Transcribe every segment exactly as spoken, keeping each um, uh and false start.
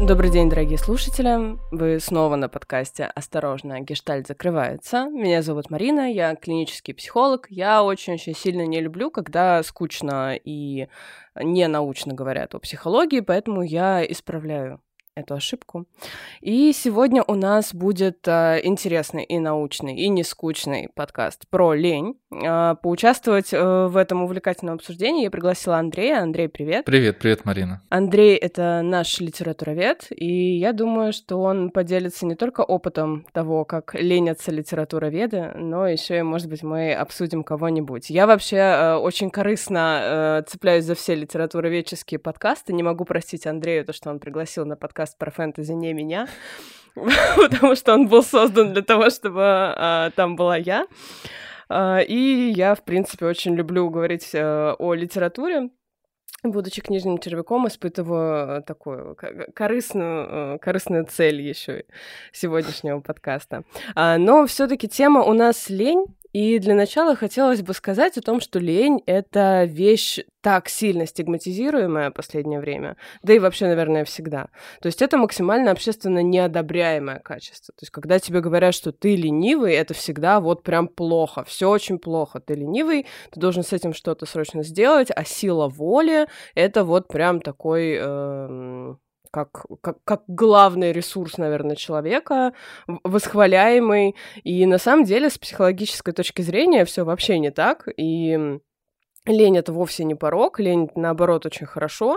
Добрый день, дорогие слушатели. Вы снова на подкасте «Осторожно, гештальт закрывается». Меня зовут Марина, я клинический психолог. Я очень-очень сильно не люблю, когда скучно и не научно говорят о психологии, поэтому я исправляю эту ошибку. И сегодня у нас будет а, интересный и научный, и не скучный подкаст про лень. А, поучаствовать а, в этом увлекательном обсуждении я пригласила Андрея. Андрей, привет. Привет, привет, Марина. Андрей — это наш литературовед, и я думаю, что он поделится не только опытом того, как ленятся литературоведы, но еще и, может быть, мы обсудим кого-нибудь. Я вообще э, очень корыстно э, цепляюсь за все литературоведческие подкасты. Не могу простить Андрею то, что он пригласил на подкаст про фэнтези не меня, потому что он был создан для того, чтобы э, там была я. Э, и я, в принципе, очень люблю говорить э, о литературе. Будучи книжным червяком, испытываю такую корыстную, корыстную цель еще сегодняшнего подкаста. Но все-таки тема у нас лень. И для начала хотелось бы сказать о том, что лень — это вещь так сильно стигматизируемая в последнее время, да и вообще, наверное, всегда. То есть это максимально общественно неодобряемое качество. То есть когда тебе говорят, что ты ленивый, это всегда вот прям плохо, все очень плохо. Ты ленивый, ты должен с этим что-то срочно сделать, а сила воли — это вот прям такой... Э- Как, как, как главный ресурс, наверное, человека, восхваляемый. И на самом деле, с психологической точки зрения, все вообще не так. И лень — это вовсе не порок, лень, наоборот, очень хорошо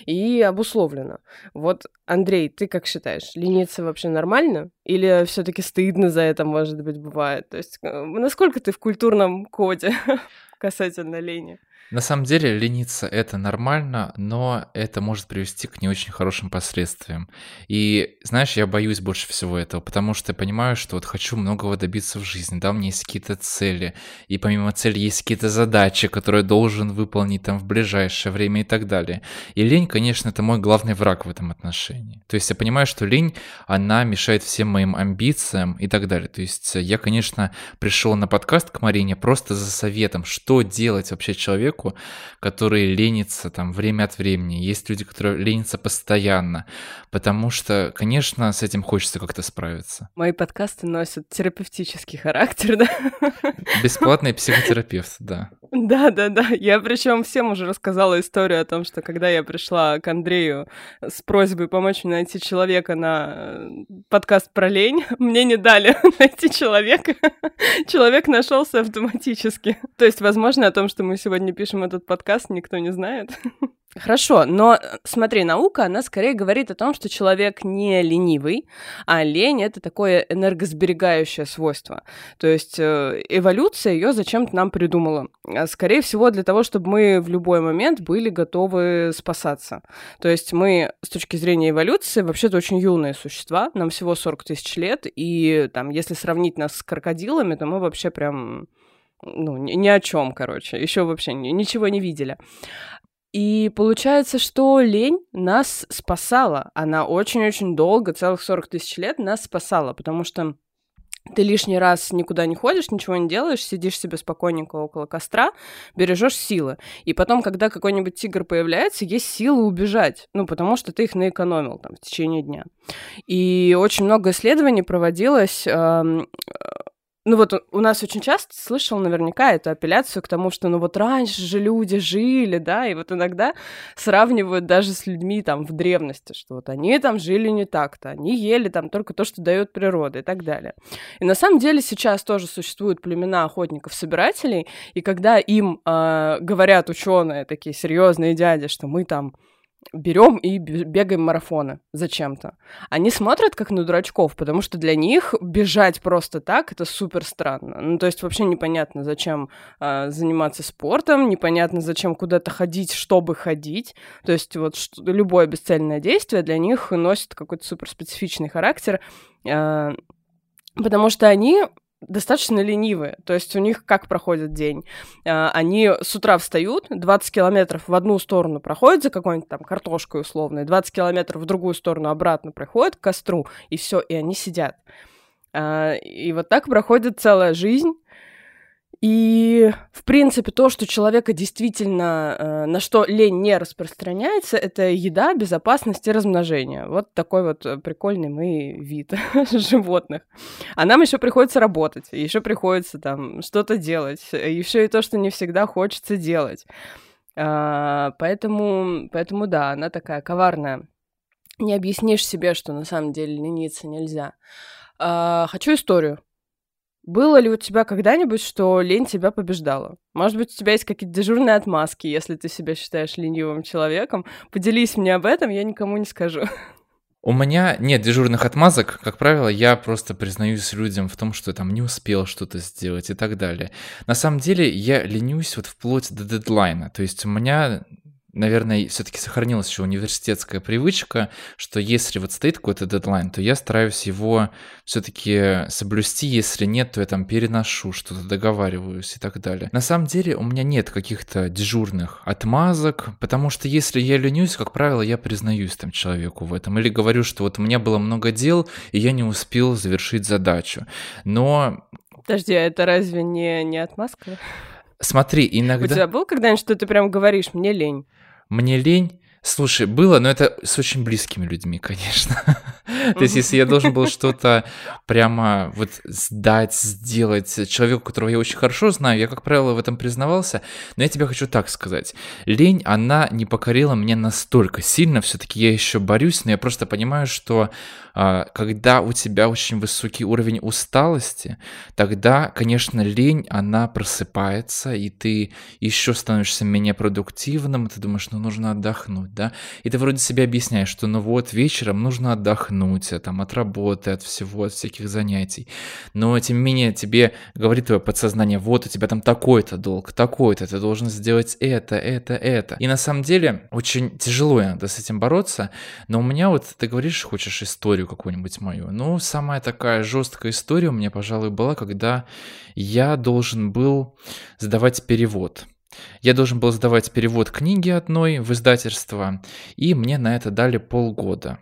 и обусловлено. Вот, Андрей, ты как считаешь, лениться вообще нормально? Или все-таки стыдно за это, может быть, бывает? То есть насколько ты в культурном коде касательно лени? На самом деле лениться — это нормально, но это может привести к не очень хорошим последствиям. И, знаешь, я боюсь больше всего этого, потому что я понимаю, что вот хочу многого добиться в жизни, да, у меня есть какие-то цели, и помимо цели есть какие-то задачи, которые я должен выполнить там в ближайшее время и так далее. И лень, конечно, это мой главный враг в этом отношении. То есть я понимаю, что лень, она мешает всем моим амбициям и так далее. То есть я, конечно, пришел на подкаст к Марине просто за советом, что делать вообще человеку, которые ленятся там время от времени. Есть люди, которые ленятся постоянно, потому что, конечно, с этим хочется как-то справиться. Мои подкасты носят терапевтический характер, да? Бесплатный психотерапевт, да. Да-да-да, я причем всем уже рассказала историю о том, что когда я пришла к Андрею с просьбой помочь мне найти человека на подкаст про лень, мне не дали найти человека. Человек нашелся автоматически. То есть, возможно, о том, что мы сегодня пишем этот подкаст, никто не знает. Хорошо, но смотри, наука, она скорее говорит о том, что человек не ленивый, а лень — это такое энергосберегающее свойство. То есть эволюция ее зачем-то нам придумала. Скорее всего, для того, чтобы мы в любой момент были готовы спасаться. То есть мы, с точки зрения эволюции, вообще-то очень юные существа, нам всего сорок тысяч лет, и там, если сравнить нас с крокодилами, то мы вообще прям, ну, ни о чем, короче, еще вообще ничего не видели. И получается, что лень нас спасала. Она очень-очень долго, целых сорок тысяч лет нас спасала, потому что ты лишний раз никуда не ходишь, ничего не делаешь, сидишь себе спокойненько около костра, бережешь силы. И потом, когда какой-нибудь тигр появляется, есть силы убежать, ну, потому что ты их наэкономил там в течение дня. И очень много исследований проводилось... Эм, Ну вот у нас очень часто слышал наверняка эту апелляцию к тому, что ну вот раньше же люди жили, да, и вот иногда сравнивают даже с людьми там в древности, что вот они там жили не так-то, они ели там только то, что дает природа и так далее. И на самом деле сейчас тоже существуют племена охотников-собирателей, и когда им э, говорят ученые, такие серьезные дяди, что мы там берем и бегаем марафоны зачем-то. Они смотрят как на дурачков, потому что для них бежать просто так — это супер странно. Ну, то есть вообще непонятно, зачем э, заниматься спортом, непонятно, зачем куда-то ходить, чтобы ходить. То есть вот что, любое бесцельное действие для них носит какой-то суперспецифичный характер, э, потому что они достаточно ленивые, то есть у них как проходит день? Они с утра встают, двадцать километров в одну сторону проходят за какой-нибудь там картошкой условной, двадцать километров в другую сторону обратно проходят к костру, и все, и они сидят. И вот так проходит целая жизнь. И, в принципе, то, что человека действительно, э, на что лень не распространяется, это еда, безопасность и размножение. Вот такой вот прикольный мы вид животных. А нам еще приходится работать, еще приходится там что-то делать, еще и то, что не всегда хочется делать. А, поэтому, поэтому, да, она такая коварная. Не объяснишь себе, что на самом деле лениться нельзя. А, хочу историю. Было ли у тебя когда-нибудь, что лень тебя побеждала? Может быть, у тебя есть какие-то дежурные отмазки, если ты себя считаешь ленивым человеком? Поделись мне об этом, я никому не скажу. У меня нет дежурных отмазок, как правило, я просто признаюсь людям в том, что я там не успел что-то сделать и так далее. На самом деле я ленюсь вот вплоть до дедлайна, то есть у меня... Наверное, все-таки сохранилась еще университетская привычка, что если вот стоит какой-то дедлайн, то я стараюсь его все-таки соблюсти, если нет, то я там переношу, что-то договариваюсь и так далее. На самом деле у меня нет каких-то дежурных отмазок, потому что если я ленюсь, как правило, я признаюсь там человеку в этом, или говорю, что вот у меня было много дел, и я не успел завершить задачу. Но... Подожди, а это разве не, не отмазка? Смотри, иногда... У тебя было когда-нибудь, что ты прям говоришь, мне лень? Мне лень? Слушай, было, но это с очень близкими людьми, конечно. То есть, если я должен был что-то прямо вот сдать, сделать человеку, которого я очень хорошо знаю, я, как правило, в этом признавался, но я тебе хочу так сказать. Лень, она не покорила меня настолько сильно, все-таки я еще борюсь, но я просто понимаю, что а, когда у тебя очень высокий уровень усталости, тогда, конечно, лень, она просыпается, и ты еще становишься менее продуктивным, и ты думаешь, ну, нужно отдохнуть, да, и ты вроде себе объясняешь, что ну вот вечером нужно отдохнуть, там, от работы, от всего, от всяких занятий, но тем не менее тебе говорит твое подсознание, вот у тебя там такой-то долг, такой-то, ты должен сделать это, это, это, и на самом деле очень тяжело иногда с этим бороться, но у меня вот, ты говоришь, хочешь историю какую-нибудь мою, ну, самая такая жесткая история у меня, пожалуй, была, когда я должен был сдавать перевод. Я должен был сдавать перевод книги одной в издательство, и мне на это дали полгода.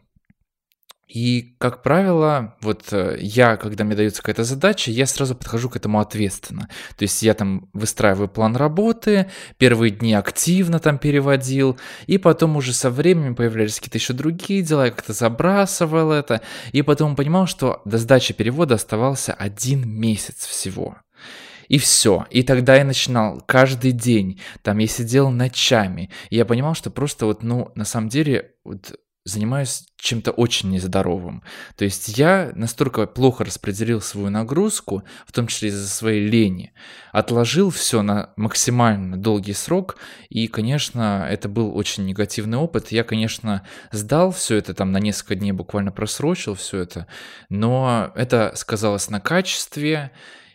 И, как правило, вот я, когда мне дается какая-то задача, я сразу подхожу к этому ответственно. То есть я там выстраиваю план работы, первые дни активно там переводил, и потом уже со временем появлялись какие-то еще другие дела, я как-то забрасывал это, и потом понимал, что до сдачи перевода оставался один месяц всего. И все. И тогда я начинал каждый день, там я сидел ночами, и я понимал, что просто вот, ну, на самом деле, вот занимаюсь чем-то очень нездоровым. То есть я настолько плохо распределил свою нагрузку, в том числе из-за своей лени, отложил все на максимально долгий срок, и, конечно, это был очень негативный опыт. Я, конечно, сдал все это там на несколько дней, буквально просрочил все это, но это сказалось на качестве,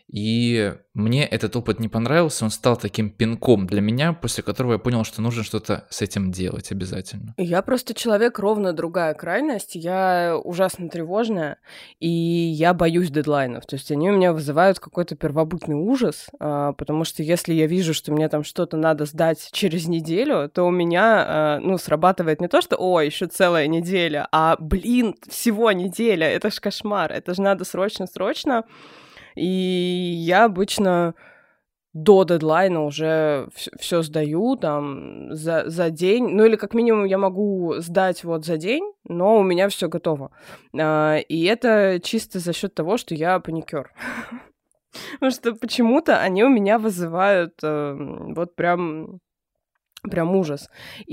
и мне этот опыт не понравился, он стал таким пинком для меня, после которого я понял, что нужно что-то с этим делать обязательно. Я просто человек, ровно другая крайность. Я ужасно тревожная, и я боюсь дедлайнов. То есть они у меня вызывают какой-то первобытный ужас, потому что если я вижу, что мне там что-то надо сдать через неделю, то у меня, ну, срабатывает не то, что, ой, еще целая неделя, а, блин, всего неделя, это ж кошмар, это же надо срочно-срочно. И я обычно до дедлайна уже все сдаю там за, за день. Ну или как минимум я могу сдать вот за день, но у меня все готово. А, и это чисто за счет того, что я паникер. Потому что почему-то они у меня вызывают вот прям... Прям ужас.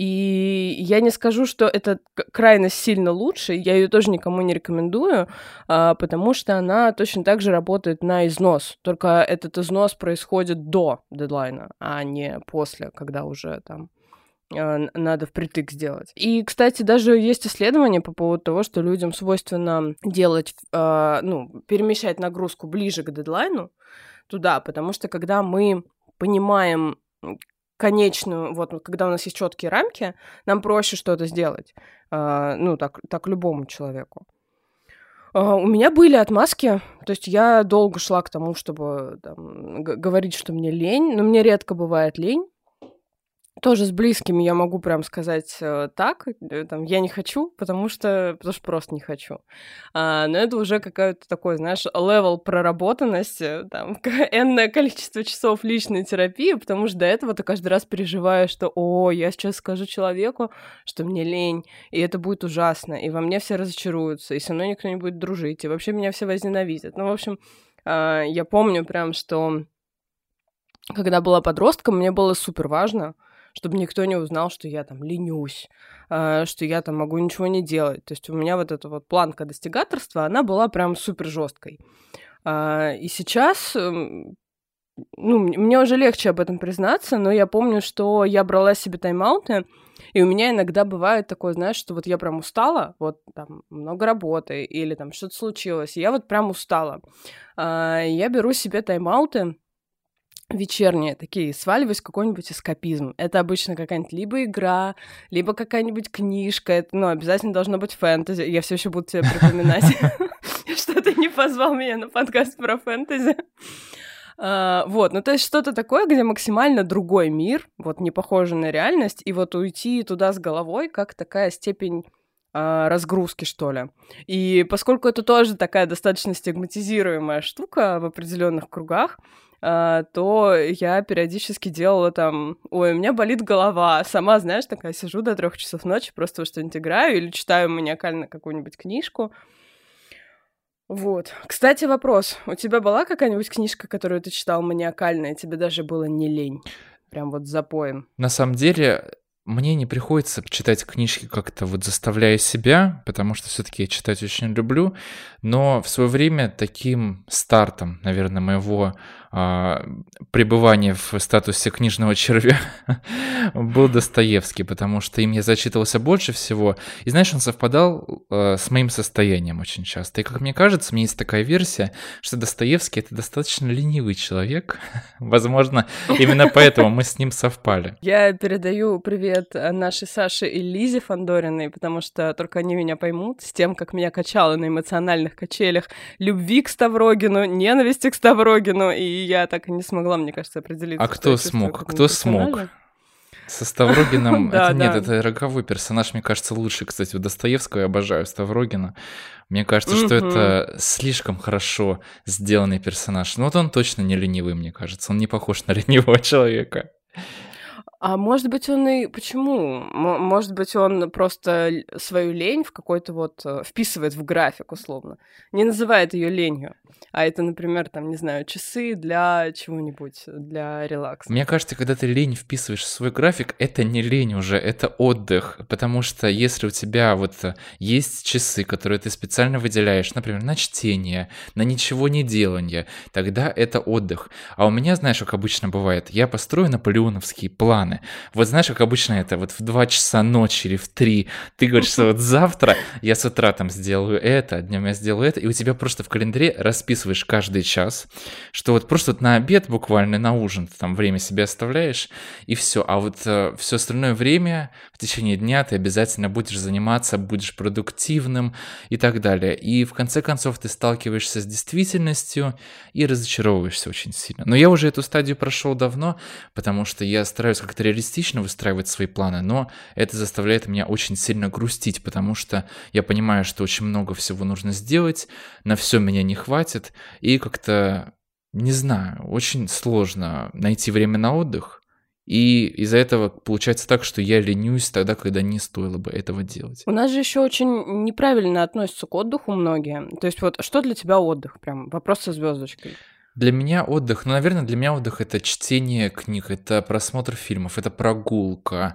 И я не скажу, что это крайне сильно лучше, я ее тоже никому не рекомендую, потому что она точно так же работает на износ, только этот износ происходит до дедлайна, а не после, когда уже там надо впритык сделать. И, кстати, даже есть исследования по поводу того, что людям свойственно делать, ну, перемещать нагрузку ближе к дедлайну, туда, потому что когда мы понимаем конечную, вот, когда у нас есть четкие рамки, нам проще что-то сделать, uh, ну, так, так любому человеку. Uh, у меня были отмазки, то есть я долго шла к тому, чтобы там, г- говорить, что мне лень, но мне редко бывает лень, Тоже с близкими я могу прям сказать э, так, э, там, я не хочу, потому что, потому что просто не хочу. А, но это уже какой-то такой, знаешь, левел проработанности, там, энное количество часов личной терапии, потому что до этого ты каждый раз переживаешь, что, о, я сейчас скажу человеку, что мне лень, и это будет ужасно, и во мне все разочаруются, и со мной никто не будет дружить, и вообще меня все возненавидят. Ну, в общем, а, я помню прям, что когда была подростком, мне было супер важно, чтобы никто не узнал, что я там ленюсь, а, что я там могу ничего не делать. То есть у меня вот эта вот планка достигаторства, она была прям супер жесткой. И сейчас, эм, ну, м- мне уже легче об этом признаться, но я помню, что я брала себе тайм-ауты, и у меня иногда бывает такое, знаешь, что вот я прям устала, вот там много работы или там что-то случилось, и я вот прям устала. А, Я беру себе тайм-ауты, вечерние такие, сваливаюсь в какой-нибудь эскапизм. Это обычно какая-нибудь либо игра, либо какая-нибудь книжка. Это, ну, обязательно должно быть фэнтези. Я все еще буду тебе припоминать, что ты не позвал меня на подкаст про фэнтези. А, Вот, ну то есть что-то такое, где максимально другой мир, вот не похоже на реальность, и вот уйти туда с головой, как такая степень а, разгрузки, что ли. И поскольку это тоже такая достаточно стигматизируемая штука в определенных кругах, а, то я периодически делала там, ой, у меня болит голова, сама, знаешь, такая сижу до трех часов ночи, просто во что-нибудь играю или читаю маниакально какую-нибудь книжку. Вот. Кстати, вопрос. У тебя была какая-нибудь книжка, которую ты читал маниакально, и тебе даже было не лень? Прям вот с запоем. На самом деле, мне не приходится читать книжки как-то вот заставляя себя, потому что все-таки я читать очень люблю, но в свое время таким стартом, наверное, моего а, пребывания в статусе книжного червя был Достоевский, потому что им я зачитывался больше всего, и знаешь, он совпадал а, с моим состоянием очень часто. И как мне кажется, у меня есть такая версия, что Достоевский — это достаточно ленивый человек, возможно, именно поэтому мы с ним совпали. Я передаю привет нашей Саше и Лизе Фандориной, потому что только они меня поймут с тем, как меня качало на эмоциональных качелях любви к Ставрогину, ненависти к Ставрогину, и я так и не смогла, мне кажется, определиться. А кто смог? Кто смог? Со Ставрогиным Да, это нет, да. это роковой персонаж, мне кажется, лучше. Кстати, у Достоевского я обожаю Ставрогина. Мне кажется, что Мгм. это слишком хорошо сделанный персонаж. Но вот он точно не ленивый, мне кажется. Он не похож на ленивого человека. А может быть, он и... Почему? М- Может быть, он просто л- свою лень в какой-то вот... э, вписывает в график, условно. Не называет ее ленью. А это, например, там, не знаю, часы для чего-нибудь, для релакса. Мне кажется, когда ты лень вписываешь в свой график, это не лень уже, это отдых. Потому что если у тебя вот э, есть часы, которые ты специально выделяешь, например, на чтение, на ничего не делание, тогда это отдых. А у меня, знаешь, как обычно бывает, я построю наполеоновские планы. Вот знаешь, как обычно это, вот в два часа ночи или в три ты говоришь, что вот завтра я с утра там сделаю это, днем я сделаю это, и у тебя просто в календаре расписываешь каждый час, что вот просто вот на обед буквально, на ужин ты там время себе оставляешь, и все. А вот э, все остальное время в течение дня ты обязательно будешь заниматься, будешь продуктивным и так далее. И в конце концов ты сталкиваешься с действительностью и разочаровываешься очень сильно. Но я уже эту стадию прошел давно, потому что я стараюсь как-то реалистично выстраивать свои планы, но это заставляет меня очень сильно грустить, потому что я понимаю, что очень много всего нужно сделать, на все меня не хватит, и как-то, не знаю, очень сложно найти время на отдых, и из-за этого получается так, что я ленюсь тогда, когда не стоило бы этого делать. У нас же еще очень неправильно относятся к отдыху многие. То есть вот что для тебя отдых? Прям вопрос со звездочкой. Для меня отдых, ну, наверное, для меня отдых — это чтение книг, это просмотр фильмов, это прогулка,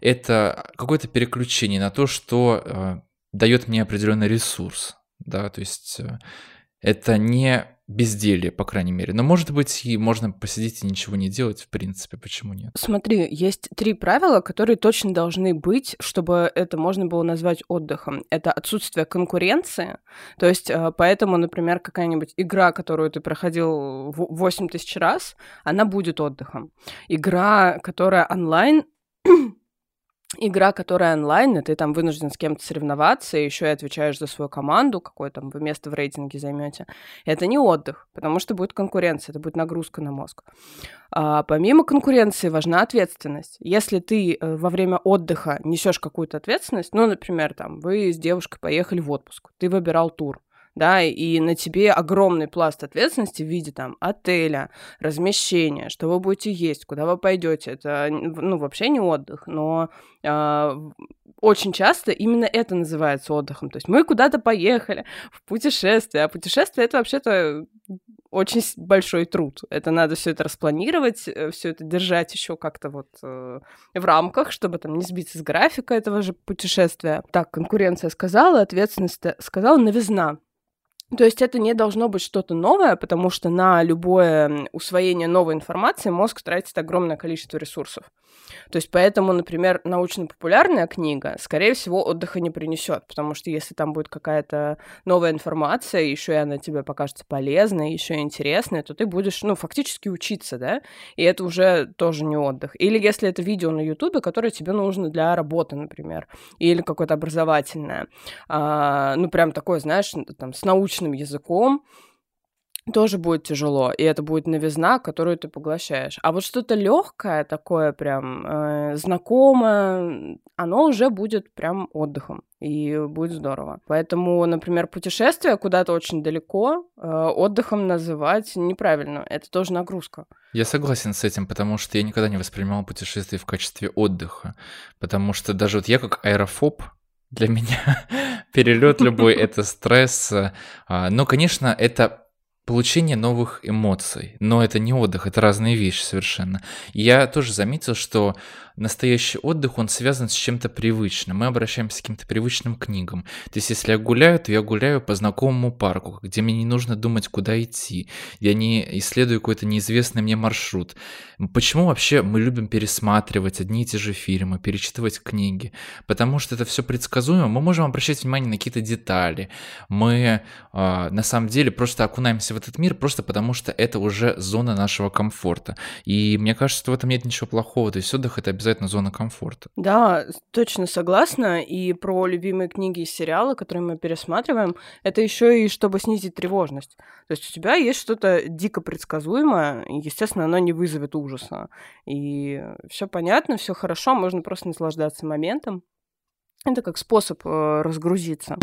это какое-то переключение на то, что э, дает мне определенный ресурс, да, то есть э, это не безделье, по крайней мере, но, может быть, и можно посидеть и ничего не делать, в принципе, почему нет? Смотри, есть три правила, которые точно должны быть, чтобы это можно было назвать отдыхом. Это отсутствие конкуренции, то есть э, поэтому, например, какая-нибудь игра, которую ты проходил восемь тысяч раз, она будет отдыхом. Игра, которая онлайн, игра, которая онлайн, и ты там вынужден с кем-то соревноваться, и еще и отвечаешь за свою команду, какое там вы место в рейтинге займете. Это не отдых, потому что будет конкуренция, это будет нагрузка на мозг. А помимо конкуренции важна ответственность. Если ты во время отдыха несешь какую-то ответственность, ну, например, там, вы с девушкой поехали в отпуск, ты выбирал тур, да, и на тебе огромный пласт ответственности в виде там отеля, размещения, что вы будете есть, куда вы пойдете. Это, ну, вообще не отдых, но э, очень часто именно это называется отдыхом. То есть мы куда-то поехали в путешествие, а путешествие — это вообще-то очень большой труд. Это надо все это распланировать, все это держать еще как-то вот э, в рамках, чтобы там не сбиться с графика этого же путешествия. Так, конкуренция сказала, ответственность сказала, новизна. То есть это не должно быть что-то новое, потому что на любое усвоение новой информации мозг тратит огромное количество ресурсов. То есть поэтому, например, научно-популярная книга, скорее всего, отдыха не принесет, потому что если там будет какая-то новая информация, еще и она тебе покажется полезной, еще и интересной, то ты будешь, ну, фактически учиться, да, и это уже тоже не отдых. Или если это видео на Ютубе, которое тебе нужно для работы, например, или какое-то образовательное, а, ну, прям такое, знаешь, там, с научным языком, тоже будет тяжело, и это будет новизна, которую ты поглощаешь. А вот что-то легкое, такое прям э, знакомое, оно уже будет прям отдыхом, и будет здорово. Поэтому, например, путешествие куда-то очень далеко э, отдыхом называть неправильно. Это тоже нагрузка. Я согласен с этим, потому что я никогда не воспринимал путешествие в качестве отдыха, потому что даже вот я как аэрофоб, для меня перелет любой — это стресс. Но, конечно, это получение новых эмоций, но это не отдых, это разные вещи совершенно. И я тоже заметил, что настоящий отдых, он связан с чем-то привычным. Мы обращаемся к каким-то привычным книгам. То есть, если я гуляю, то я гуляю по знакомому парку, где мне не нужно думать, куда идти. Я не исследую какой-то неизвестный мне маршрут. Почему вообще мы любим пересматривать одни и те же фильмы, перечитывать книги? Потому что это все предсказуемо. Мы можем обращать внимание на какие-то детали. Мы э, на самом деле просто окунаемся в этот мир просто потому, что это уже зона нашего комфорта. И мне кажется, что в этом нет ничего плохого. То есть отдых — это обязательно зона комфорта. Да, точно согласна. И про любимые книги и сериалы, которые мы пересматриваем, это еще и чтобы снизить тревожность. То есть у тебя есть что-то дико предсказуемое, и, естественно, оно не вызовет ужаса. И все понятно, все хорошо, можно просто наслаждаться моментом. Это как способ э, разгрузиться.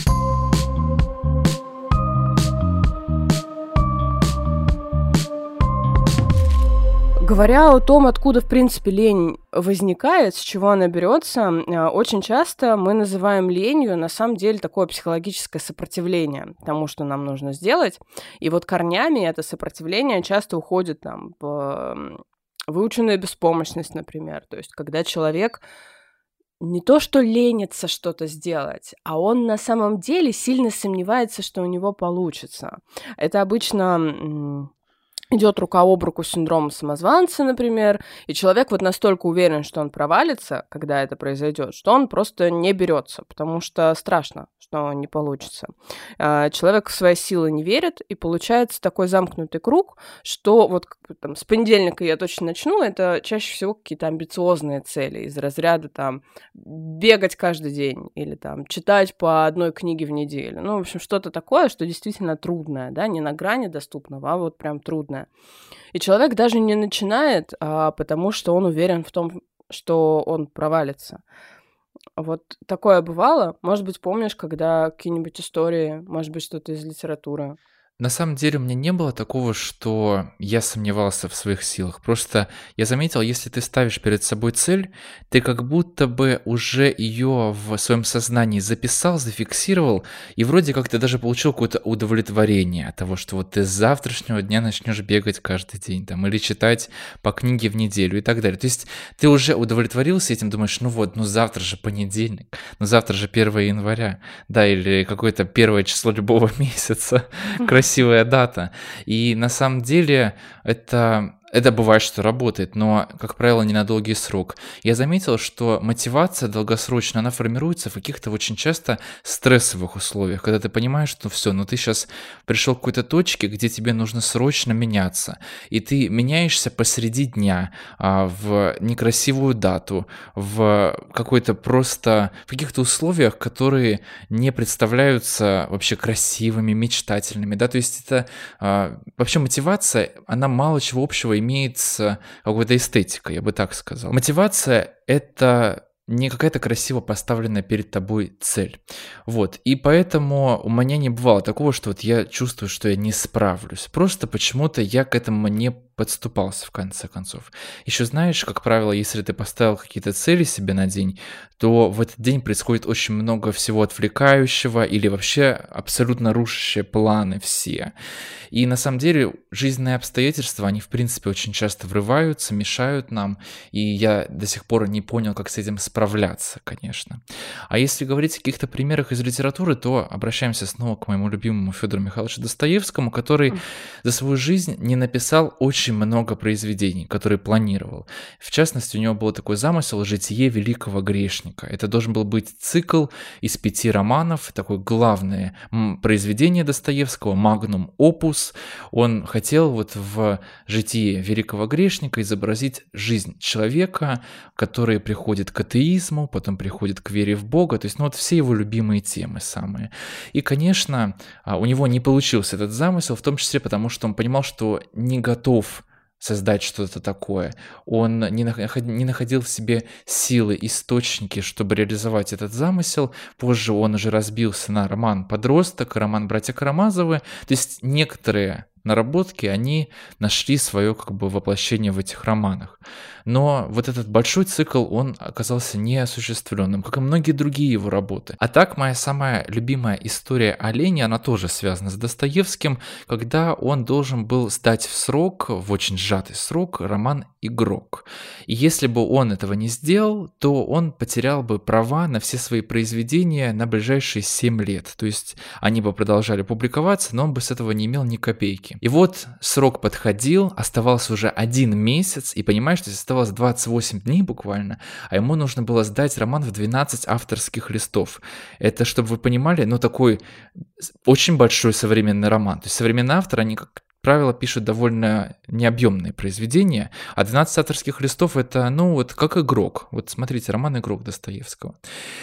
Говоря о том, откуда, в принципе, лень возникает, с чего она берется, очень часто мы называем ленью, на самом деле, такое психологическое сопротивление тому, что нам нужно сделать. И вот корнями это сопротивление часто уходит там, в выученную беспомощность, например. То есть когда человек не то что ленится что-то сделать, а он на самом деле сильно сомневается, что у него получится. Это обычно идет рука об руку с синдромом самозванца, например, и человек вот настолько уверен, что он провалится, когда это произойдет, что он просто не берется, потому что страшно, что не получится. Человек в свои силы не верит, и получается такой замкнутый круг, что вот там, с понедельника я точно начну, это чаще всего какие-то амбициозные цели из разряда там бегать каждый день или там читать по одной книге в неделю. Ну, в общем, что-то такое, что действительно трудное, да, не на грани доступного, а вот прям трудное. И человек даже не начинает, а, потому что он уверен в том, что он провалится. Вот такое бывало. Может быть, помнишь, когда какие-нибудь истории, может быть, что-то из литературы? На самом деле у меня не было такого, что я сомневался в своих силах. Просто я заметил, если ты ставишь перед собой цель, ты как будто бы уже ее в своем сознании записал, зафиксировал, и вроде как ты даже получил какое-то удовлетворение от того, что вот ты с завтрашнего дня начнешь бегать каждый день, там, или читать по книге в неделю и так далее. То есть ты уже удовлетворился этим, думаешь, ну вот, ну завтра же понедельник, ну завтра же первое января, да, или какое-то первое число любого месяца, красивая дата. И на самом деле это Это бывает, что работает, но, как правило, не на долгий срок. Я заметил, что мотивация долгосрочная, она формируется в каких-то очень часто стрессовых условиях, когда ты понимаешь, что все, ну ты сейчас пришел к какой-то точке, где тебе нужно срочно меняться, и ты меняешься посреди дня, а, в некрасивую дату, в какой-то просто, в каких-то условиях, которые не представляются вообще красивыми, мечтательными, да, то есть это а, вообще мотивация, она мало чего общего имеет с какой-то эстетикой, я бы так сказал. Мотивация — это не какая-то красиво поставленная перед тобой цель. Вот. И поэтому у меня не бывало такого, что вот я чувствую, что я не справлюсь. Просто почему-то я к этому не подступался в конце концов. Еще знаешь, как правило, если ты поставил какие-то цели себе на день, то в этот день происходит очень много всего отвлекающего или вообще абсолютно рушащие планы все. И на самом деле жизненные обстоятельства, они в принципе очень часто врываются, мешают нам, и я до сих пор не понял, как с этим справляться, конечно. А если говорить о каких-то примерах из литературы, то обращаемся снова к моему любимому Федору Михайловичу Достоевскому, который за свою жизнь не написал очень много произведений, которые планировал. В частности, у него был такой замысел «Житие великого грешника». Это должен был быть цикл из пяти романов, такое главное произведение Достоевского, магнум опус. Он хотел вот в «Житие великого грешника» изобразить жизнь человека, который приходит к атеизму, потом приходит к вере в Бога, то есть ну вот все его любимые темы самые. И, конечно, у него не получился этот замысел, в том числе потому, что он понимал, что не готов создать что-то такое. Он не находил в себе силы, источники, чтобы реализовать этот замысел. Позже он уже разбился на роман «Подросток», роман «Братья Карамазовы». То есть некоторые наработки, они нашли свое как бы воплощение в этих романах. Но вот этот большой цикл, он оказался неосуществленным, как и многие другие его работы. А так, моя самая любимая история о Лене, она тоже связана с Достоевским, когда он должен был сдать в срок, в очень сжатый срок, роман «Игрок». И если бы он этого не сделал, то он потерял бы права на все свои произведения на ближайшие семь лет. То есть они бы продолжали публиковаться, но он бы с этого не имел ни копейки. И вот срок подходил, оставался уже один месяц, и понимаешь, что оставалось двадцать восемь дней буквально, а ему нужно было сдать роман в двенадцать авторских листов. Это, чтобы вы понимали, ну такой очень большой современный роман. То есть современные авторы, они, как правило, пишут довольно необъемные произведения, а двенадцать авторских листов — это, ну вот как «Игрок». Вот смотрите, роман «Игрок» Достоевского.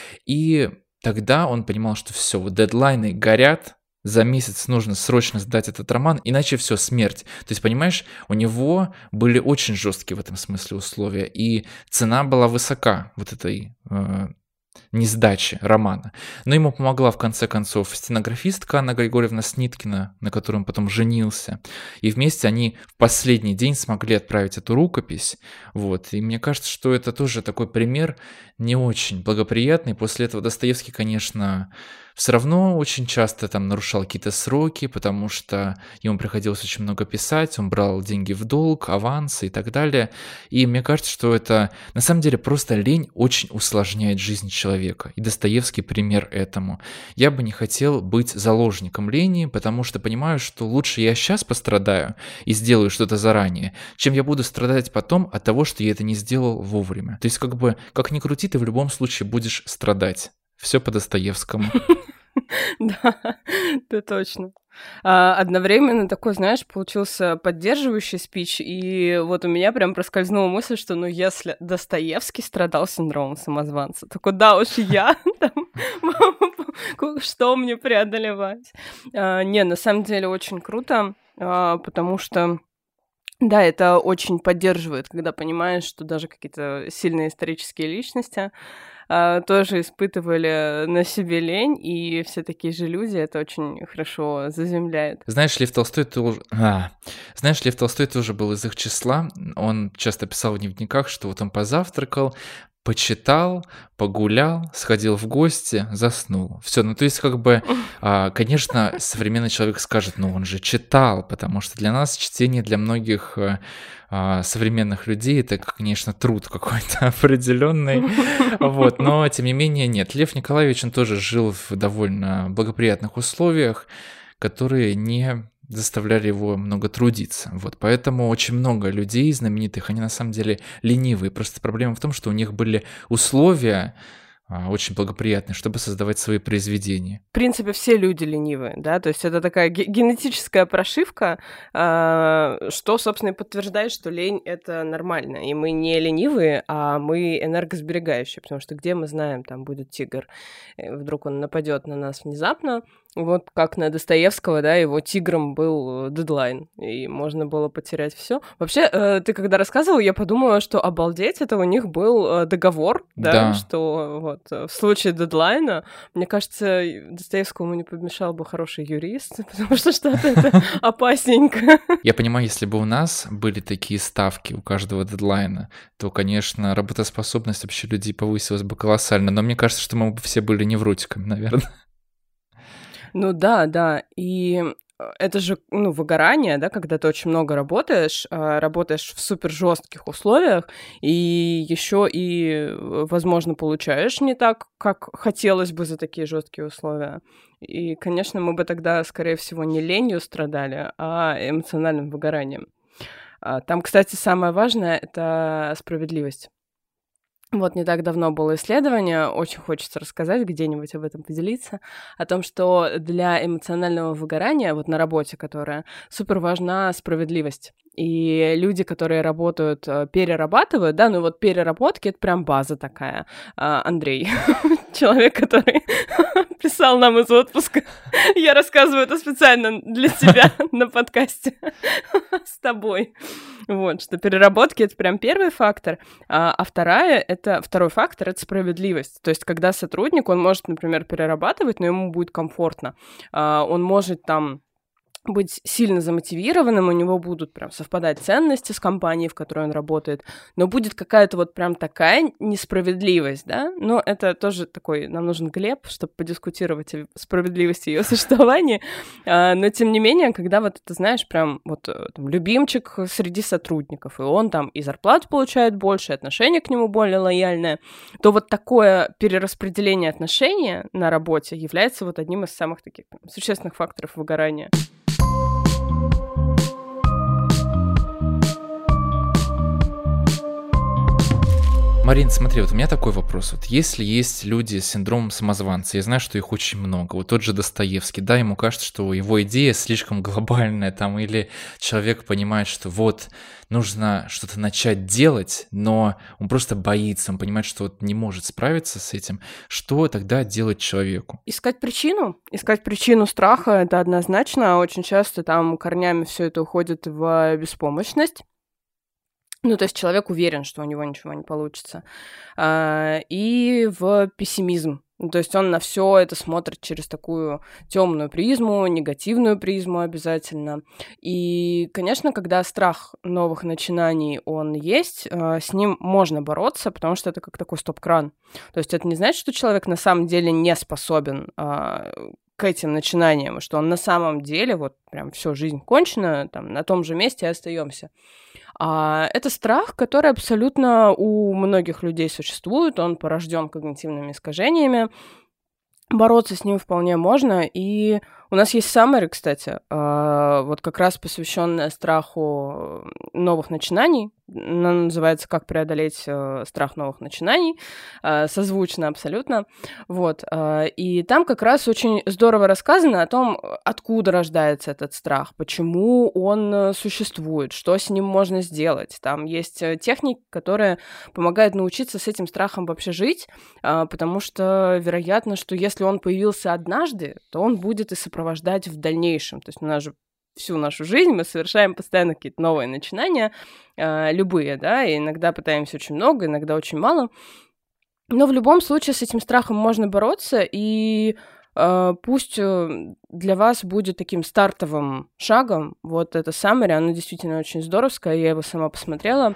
И тогда он понимал, что все, вот дедлайны горят, за месяц нужно срочно сдать этот роман, иначе все, смерть. То есть, понимаешь, у него были очень жесткие в этом смысле условия, и цена была высока вот этой э, несдачи романа. Но ему помогла, в конце концов, стенографистка Анна Григорьевна Сниткина, на которой он потом женился. И вместе они в последний день смогли отправить эту рукопись. Вот. И мне кажется, что это тоже такой пример не очень благоприятный. После этого Достоевский, конечно, все равно очень часто там нарушал какие-то сроки, потому что ему приходилось очень много писать, он брал деньги в долг, авансы и так далее. И мне кажется, что это на самом деле просто лень очень усложняет жизнь человека. И Достоевский пример этому. Я бы не хотел быть заложником лени, потому что понимаю, что лучше я сейчас пострадаю и сделаю что-то заранее, чем я буду страдать потом от того, что я это не сделал вовремя. То есть как бы, как ни крути, ты в любом случае будешь страдать. Все по Достоевскому. Да, это точно. А, одновременно такой, знаешь, получился поддерживающий спич, и вот у меня прям проскользнула мысль, что ну если Достоевский страдал синдромом самозванца, то куда уж я там, что мне преодолевать? А, не, на самом деле очень круто, а, потому что да, это очень поддерживает, когда понимаешь, что даже какие-то сильные исторические личности а, тоже испытывали на себе лень, и все такие же люди, это очень хорошо заземляет. Знаешь, Лев Толстой тоже... А, знаешь, Лев Толстой тоже был из их числа. Он часто писал в дневниках, что вот он позавтракал, почитал, погулял, сходил в гости, заснул. Все, ну то есть как бы, а, конечно, современный человек скажет, ну он же читал, потому что для нас чтение, для многих а, современных людей, это, конечно, труд какой-то определенный, вот, но тем не менее нет. Лев Николаевич, он тоже жил в довольно благоприятных условиях, которые не заставляли его много трудиться. Вот, поэтому очень много людей знаменитых, они на самом деле ленивые. Просто проблема в том, что у них были условия а, очень благоприятные, чтобы создавать свои произведения. В принципе, все люди ленивые, да, то есть это такая ге- генетическая прошивка, а, что, собственно, и подтверждает, что лень — это нормально, и мы не ленивые, а мы энергосберегающие, потому что где мы знаем, там будет тигр, э, вдруг он нападет на нас внезапно, вот как на Достоевского, да, его тигром был э, дедлайн, и можно было потерять все. Вообще, э, ты когда рассказывал, я подумала, что обалдеть, это у них был э, договор, да, Да. что вот э, в случае дедлайна, мне кажется, Достоевскому не помешал бы хороший юрист, потому что что-то это опасненько. Я понимаю, если бы у нас были такие ставки у каждого дедлайна, то, конечно, работоспособность вообще людей повысилась бы колоссально. Но мне кажется, что мы бы все были невротиками, наверное. Ну да, да, и э, это же, ну, выгорание, да, когда ты очень много работаешь, а, работаешь в супер жестких условиях, и еще и, э, возможно, получаешь не так, как хотелось бы за такие жесткие условия. И, конечно, мы бы тогда, скорее всего, не ленью страдали, а эмоциональным выгоранием. А, Там, кстати, самое важное — это справедливость. Вот не так давно было исследование, очень хочется рассказать, где-нибудь об этом поделиться, о том, что для эмоционального выгорания, вот на работе, которая, супер важна справедливость. И люди, которые работают, э, перерабатывают, да, ну вот переработки — это прям база такая. А, Андрей, человек, который писал нам из отпуска. Я рассказываю это специально для тебя на подкасте с тобой. Вот, что переработки — это прям первый фактор, а, а вторая — это второй фактор — это справедливость. То есть, когда сотрудник, он может, например, перерабатывать, но ему будет комфортно. А, он может там быть сильно замотивированным, у него будут прям совпадать ценности с компанией, в которой он работает, но будет какая-то вот прям такая несправедливость, да, но это тоже такой, нам нужен Глеб, чтобы подискутировать о справедливости ее существования, а, но тем не менее, когда вот ты знаешь, прям вот э, там, любимчик среди сотрудников, и он там и зарплату получает больше, и отношение к нему более лояльное, то вот такое перераспределение отношений на работе является вот одним из самых таких прям существенных факторов выгорания. Марин, смотри, вот у меня такой вопрос. Вот если есть люди с синдромом самозванца, я знаю, что их очень много. Вот тот же Достоевский, да, ему кажется, что его идея слишком глобальная, там, или человек понимает, что вот нужно что-то начать делать, но он просто боится, он понимает, что вот не может справиться с этим. Что тогда делать человеку? Искать причину. Искать причину страха — это однозначно. Очень часто там корнями все это уходит в беспомощность. Ну, то есть человек уверен, что у него ничего не получится. А, и в пессимизм. Ну, то есть он на все это смотрит через такую темную призму, негативную призму обязательно. И, конечно, когда страх новых начинаний, он есть, а, с ним можно бороться, потому что это как такой стоп-кран. То есть это не значит, что человек на самом деле не способен а, к этим начинаниям, что он на самом деле вот прям всю жизнь кончена, там, на том же месте и остаемся. А это страх, который абсолютно у многих людей существует, он порожден когнитивными искажениями. Бороться с ним вполне можно, и у нас есть summary, кстати, а, вот как раз посвященная страху новых начинаний. Она называется «Как преодолеть э, страх новых начинаний», а, созвучно абсолютно. Вот. а, И там как раз очень здорово рассказано о том, откуда рождается этот страх, почему он э, существует, что с ним можно сделать. Там есть э, техники, которые помогают научиться с этим страхом вообще жить, а, потому что вероятно, что если он появился однажды, то он будет и сопровождать в дальнейшем. То есть у нас же всю нашу жизнь мы совершаем постоянно какие-то новые начинания, э, любые, да, и иногда пытаемся очень много, иногда очень мало. Но в любом случае с этим страхом можно бороться, и э, пусть э, для вас будет таким стартовым шагом вот это summary, оно действительно очень здоровское, я его сама посмотрела.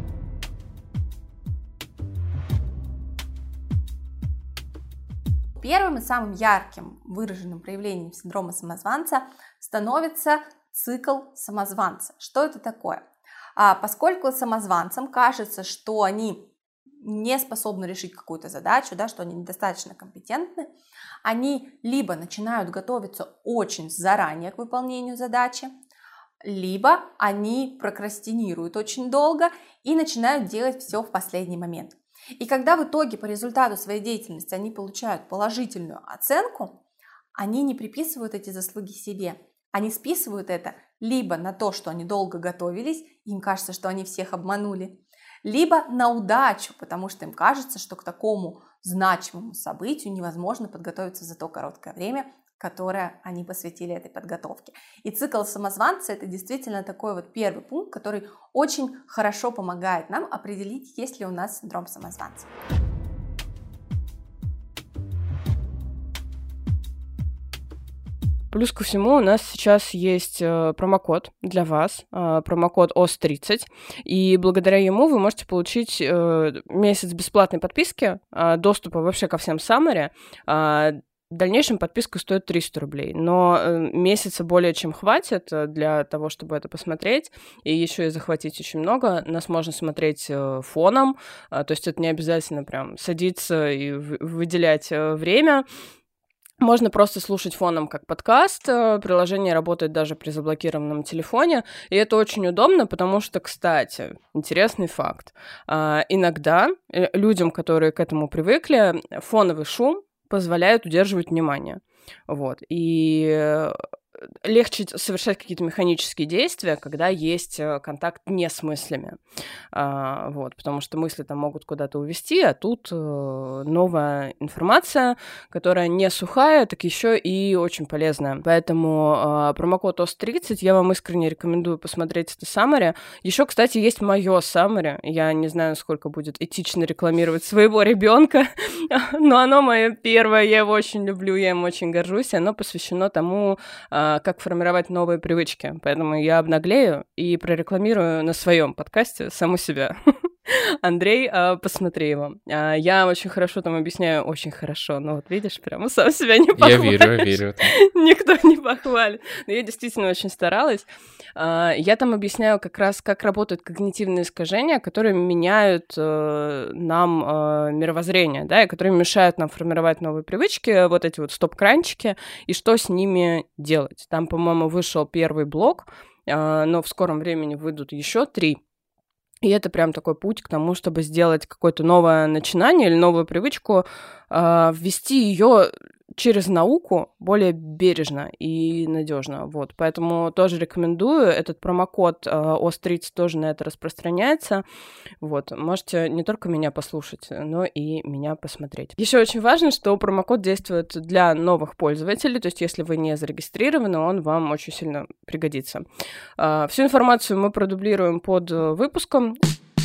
Первым и самым ярким выраженным проявлением синдрома самозванца становится цикл самозванца. Что это такое? А, поскольку самозванцам кажется, что они не способны решить какую-то задачу, да, что они недостаточно компетентны, они либо начинают готовиться очень заранее к выполнению задачи, либо они прокрастинируют очень долго и начинают делать все в последний момент. И когда в итоге по результату своей деятельности они получают положительную оценку, они не приписывают эти заслуги себе. Они списывают это либо на то, что они долго готовились, им кажется, что они всех обманули, либо на удачу, потому что им кажется, что к такому значимому событию невозможно подготовиться за то короткое время, которое они посвятили этой подготовке. И цикл самозванца – это действительно такой вот первый пункт, который очень хорошо помогает нам определить, есть ли у нас синдром самозванца. Плюс ко всему у нас сейчас есть промокод для вас, промокод о эс тридцать, и благодаря ему вы можете получить месяц бесплатной подписки, доступа вообще ко всем Summary. В дальнейшем подписка стоит триста рублей, но месяца более чем хватит для того, чтобы это посмотреть, и еще и захватить очень много. Нас можно смотреть фоном, то есть это не обязательно прям садиться и выделять время. Можно просто слушать фоном как подкаст, приложение работает даже при заблокированном телефоне, и это очень удобно, потому что, кстати, интересный факт, иногда людям, которые к этому привыкли, фоновый шум позволяет удерживать внимание, вот, и легче совершать какие-то механические действия, когда есть контакт не с мыслями, а, вот, потому что мысли там могут куда-то увести, а тут э, новая информация, которая не сухая, так еще и очень полезная. Поэтому э, промокод о эс тридцать я вам искренне рекомендую посмотреть это Summary. Еще, кстати, есть мое Summary. Я не знаю, сколько будет этично рекламировать своего ребенка, но оно мое первое, я его очень люблю, я им очень горжусь, и оно посвящено тому, как формировать новые привычки. Поэтому я обнаглею и прорекламирую на своем подкасте саму себя. Андрей, посмотри его. Я очень хорошо там объясняю, очень хорошо, но вот видишь, прямо сам себя не похвалишь. Я верю, я верю. Никто не похвалит. Но я действительно очень старалась. Я там объясняю как раз, как работают когнитивные искажения, которые меняют нам мировоззрение, да, и которые мешают нам формировать новые привычки, вот эти вот стоп-кранчики, и что с ними делать. Там, по-моему, вышел первый блок, но в скором времени выйдут еще три. И это прям такой путь к тому, чтобы сделать какое-то новое начинание или новую привычку, э, ввести ее через науку более бережно и надежно. Вот. Поэтому тоже рекомендую. Этот промокод э, о эс тридцать тоже на это распространяется. Вот. Можете не только меня послушать, но и меня посмотреть. Еще очень важно, что промокод действует для новых пользователей, то есть если вы не зарегистрированы, он вам очень сильно пригодится. Э, всю информацию мы продублируем под выпуском.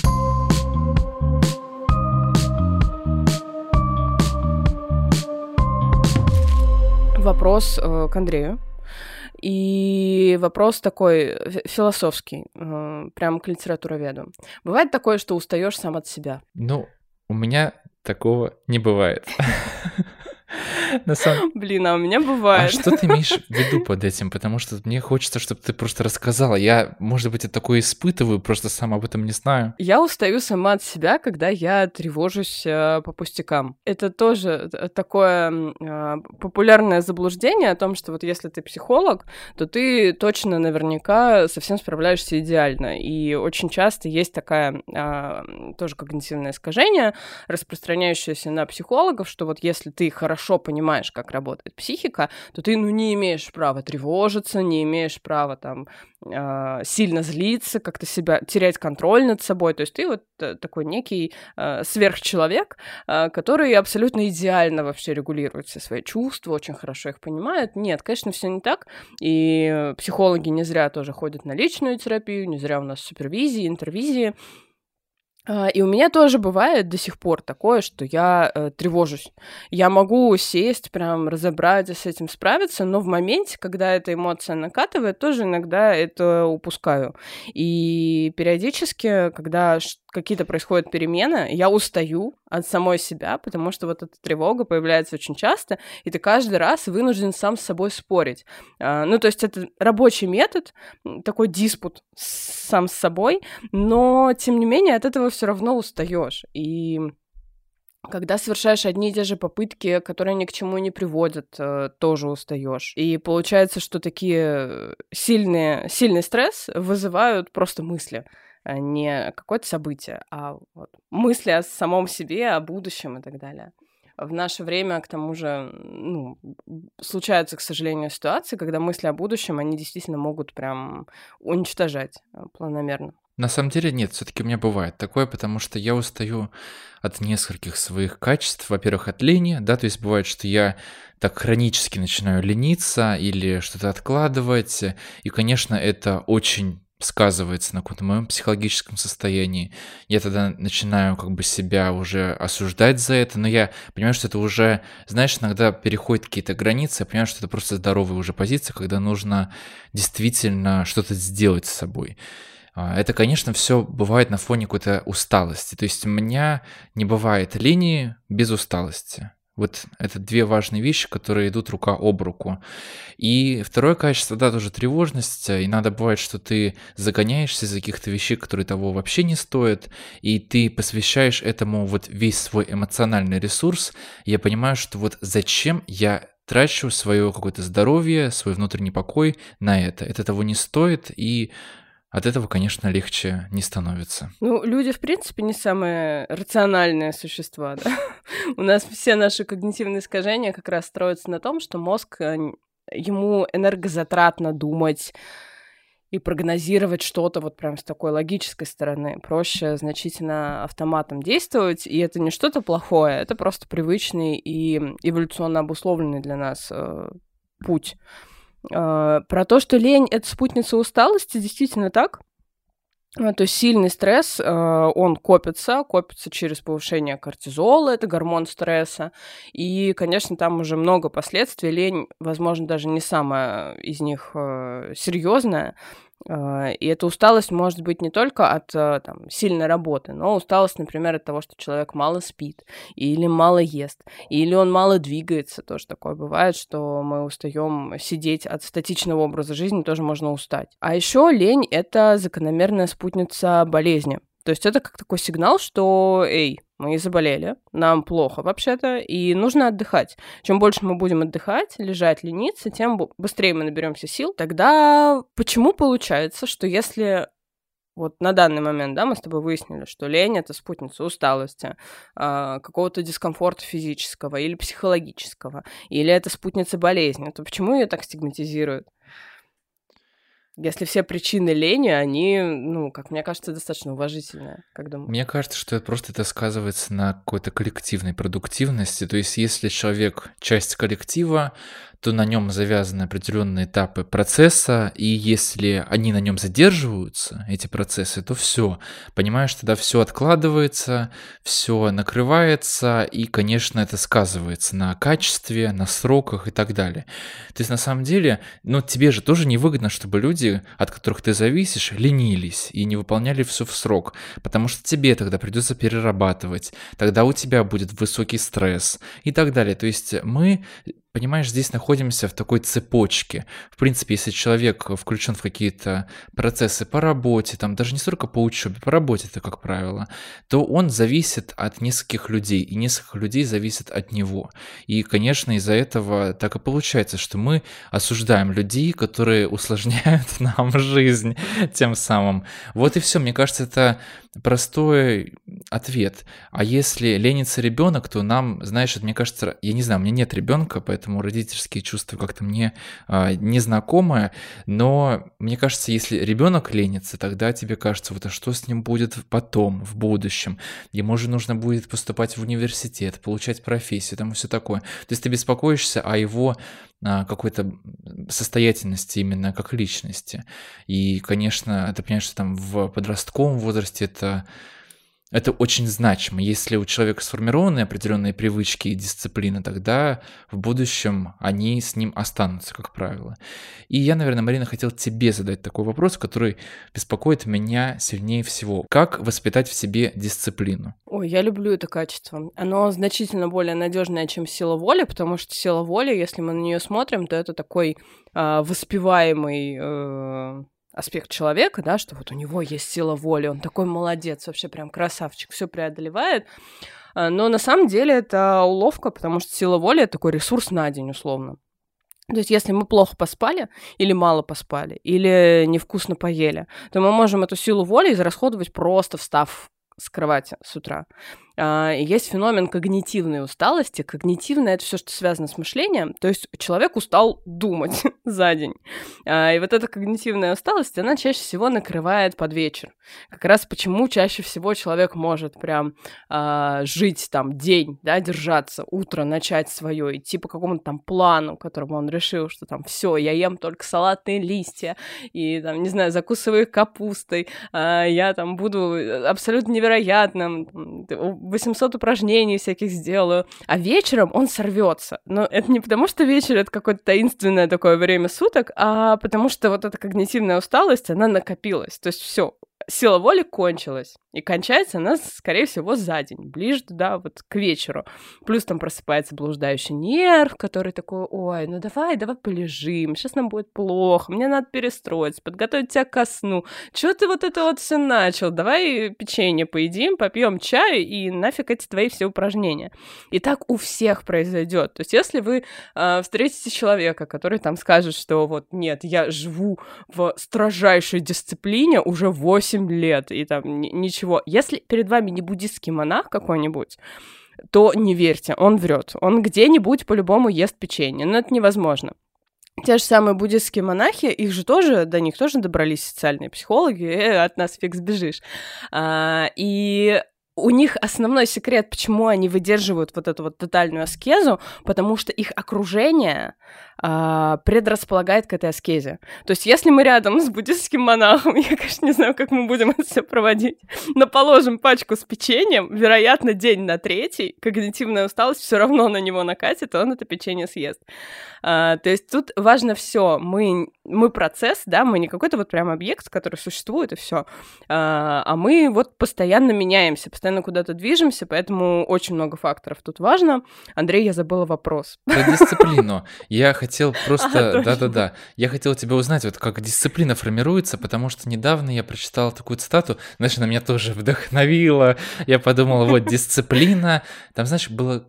Вопрос э, к Андрею. И вопрос такой философский, э, прям к литературоведу. Бывает такое, что устаешь сам от себя? Ну, у меня такого не бывает. На самом... Блин, а у меня бывает. А что ты имеешь в виду под этим? Потому что мне хочется, чтобы ты просто рассказала. Я, может быть, это такое испытываю, просто сам об этом не знаю. Я устаю сама от себя, когда я тревожусь э, по пустякам. Это тоже такое э, популярное заблуждение о том, что вот если ты психолог, то ты точно наверняка совсем справляешься идеально. И очень часто есть такая э, тоже когнитивное искажение, распространяющееся на психологов, что вот если ты хорошо понимаешь, как работает психика, то ты, ну, не имеешь права тревожиться, не имеешь права там э, сильно злиться, как-то себя терять контроль над собой. То есть ты вот э, такой некий э, сверхчеловек, э, который абсолютно идеально вообще регулирует все свои чувства, очень хорошо их понимает. Нет, конечно, все не так. И психологи не зря тоже ходят на личную терапию, не зря у нас супервизии, интервизии. И у меня тоже бывает до сих пор такое, что я э, тревожусь. Я могу сесть, прям разобрать и с этим справиться, но в моменте, когда эта эмоция накатывает, тоже иногда это упускаю. И периодически, когда какие-то происходят перемены, я устаю от самой себя, потому что вот эта тревога появляется очень часто, и ты каждый раз вынужден сам с собой спорить. А, ну, то есть это рабочий метод, такой диспут сам с собой, но, тем не менее, от этого все равно устаешь. И Когда совершаешь одни и те же попытки, которые ни к чему не приводят, тоже устаешь. И получается, что такие сильные, сильный стресс вызывают просто мысли, не какое-то событие, а вот мысли о самом себе, о будущем и так далее. В наше время, к тому же, ну, случаются, к сожалению, ситуации, когда мысли о будущем, они действительно могут прям уничтожать планомерно. На самом деле нет, все-таки у меня бывает такое, потому что я устаю от нескольких своих качеств. Во-первых, от лени, да, то есть бывает, что я так хронически начинаю лениться или что-то откладывать, и, конечно, это очень сказывается на каком-то моем психологическом состоянии. Я тогда начинаю как бы себя уже осуждать за это, но я понимаю, что это уже, знаешь, иногда переходит какие-то границы, я понимаю, что это просто здоровая уже позиция, когда нужно действительно что-то сделать с собой. Это, конечно, все бывает на фоне какой-то усталости. То есть у меня не бывает лени без усталости. Вот это две важные вещи, которые идут рука об руку. И второе качество, да, тоже тревожность. Иногда бывает, что ты загоняешься из-за каких-то вещей, которые того вообще не стоят, и ты посвящаешь этому вот весь свой эмоциональный ресурс. И я понимаю, что вот зачем я трачу свое какое-то здоровье, свой внутренний покой на это. Это того не стоит, и от этого, конечно, легче не становится. Ну, люди, в принципе, не самые рациональные существа, да? У нас все наши когнитивные искажения как раз строятся на том, что мозг, ему энергозатратно думать и прогнозировать что-то вот прям с такой логической стороны. Проще значительно автоматом действовать, и это не что-то плохое, это просто привычный и эволюционно обусловленный для нас э, путь. Про то, что лень — это спутница усталости, действительно так. То есть сильный стресс, он копится, копится через повышение кортизола, это гормон стресса. И, конечно, там уже много последствий. Лень, возможно, даже не самая из них серьезная. И эта усталость может быть не только от там, сильной работы, но усталость, например, от того, что человек мало спит, или мало ест, или он мало двигается. Тоже такое бывает, что мы устаем сидеть от статичного образа жизни, тоже можно устать. А еще лень — это закономерная спутница болезни. То есть это как такой сигнал, что, эй, мы заболели, нам плохо вообще-то, и нужно отдыхать. Чем больше мы будем отдыхать, лежать, лениться, тем быстрее мы наберемся сил. Тогда почему получается, что если вот на данный момент, да, мы с тобой выяснили, что лень — это спутница усталости, какого-то дискомфорта физического или психологического, или это спутница болезни, то почему ее так стигматизируют? Если все причины лени, они, ну, как мне кажется, достаточно уважительные. Как думаешь? Мне кажется, что это просто это сказывается на какой-то коллективной продуктивности. То есть, если человек часть коллектива, то на нем завязаны определенные этапы процесса, и если они на нем задерживаются, эти процессы, то все, понимаешь, тогда все откладывается, все накрывается, и, конечно, это сказывается на качестве, на сроках и так далее. То есть, на самом деле, ну, тебе же тоже невыгодно, чтобы люди, от которых ты зависишь, ленились и не выполняли все в срок, потому что тебе тогда придется перерабатывать, тогда у тебя будет высокий стресс и так далее. То есть мы, понимаешь, здесь находимся в такой цепочке. В принципе, если человек включен в какие-то процессы по работе, там даже не столько по учебе, по работе это, как правило, то он зависит от нескольких людей, и несколько людей зависят от него. И, конечно, из-за этого так и получается, что мы осуждаем людей, которые усложняют нам жизнь тем самым. Вот и все. Мне кажется, это простой ответ. А если ленится ребенок, то нам, знаешь, мне кажется, я не знаю, у меня нет ребенка, поэтому родительские чувства как-то мне а, незнакомы, но мне кажется, если ребенок ленится, тогда тебе кажется, вот а что с ним будет потом, в будущем? Ему же нужно будет поступать в университет, получать профессию, там и все такое. То есть ты беспокоишься о его а, какой-то состоятельности именно как личности. И, конечно, ты понимаешь, что там в подростковом возрасте это Это очень значимо. Если у человека сформированы определенные привычки и дисциплины, тогда в будущем они с ним останутся, как правило. И я, наверное, Марина, хотел тебе задать такой вопрос, который беспокоит меня сильнее всего. Как воспитать в себе дисциплину? Ой, я люблю это качество. Оно значительно более надежное, чем сила воли, потому что сила воли, если мы на нее смотрим, то это такой э, воспеваемый... Э... аспект человека, да, что вот у него есть сила воли, он такой молодец, вообще прям красавчик, все преодолевает. Но на самом деле это уловка, потому что сила воли — это такой ресурс на день, условно. То есть если мы плохо поспали, или мало поспали, или невкусно поели, то мы можем эту силу воли израсходовать, просто встав с кровати с утра. Есть феномен когнитивной усталости. Когнитивное — это все, что связано с мышлением. То есть человек устал думать за день. И вот эта когнитивная усталость, она чаще всего накрывает под вечер. Как раз почему чаще всего человек может прям а, жить там день, да, держаться, утро начать свое, идти по какому-то там плану, которому он решил, что там все, я ем только салатные листья и там, не знаю, закусываю их капустой, а, я там буду абсолютно невероятным, восемьсот упражнений всяких сделаю, а вечером он сорвется. Но это не потому, что вечер — это какое-то таинственное такое время суток, а потому что вот эта когнитивная усталость, она накопилась. То есть все, сила воли кончилась. И кончается она, скорее всего, за день, ближе туда, вот к вечеру. Плюс там просыпается блуждающий нерв, который такой: ой, ну давай, давай полежим, сейчас нам будет плохо, мне надо перестроиться, подготовить тебя ко сну. Чего ты вот это вот все начал? Давай печенье поедим, попьем чаю и нафиг эти твои все упражнения. И так у всех произойдет. То есть если вы э, встретите человека, который там скажет, что вот нет, я живу в строжайшей дисциплине уже восемь лет, и там ничего. Если перед вами не буддистский монах какой-нибудь, то не верьте, он врет. Он где-нибудь по-любому ест печенье, но это невозможно. Те же самые буддистские монахи, их же тоже, до них тоже добрались социальные психологи, э, от нас фиг сбежишь. А, и у них основной секрет, почему они выдерживают вот эту вот тотальную аскезу, потому что их окружение а, предрасполагает к этой аскезе. То есть если мы рядом с буддистским монахом, я, конечно, не знаю, как мы будем это все проводить, но положим пачку с печеньем, вероятно, день на третий, когнитивная усталость все равно на него накатит, и он это печенье съест. А, то есть тут важно все. Мы, мы процесс, да, мы не какой-то вот прям объект, который существует, и все, а, а мы вот постоянно меняемся, постоянно куда-то движемся, поэтому очень много факторов тут важно. Андрей, я забыла вопрос. Про дисциплину. Я хотел просто... Да-да-да. Я хотел тебя узнать, вот как дисциплина формируется, потому что недавно я прочитал такую цитату, знаешь, она меня тоже вдохновила. Я подумал, вот, дисциплина. Там, знаешь, было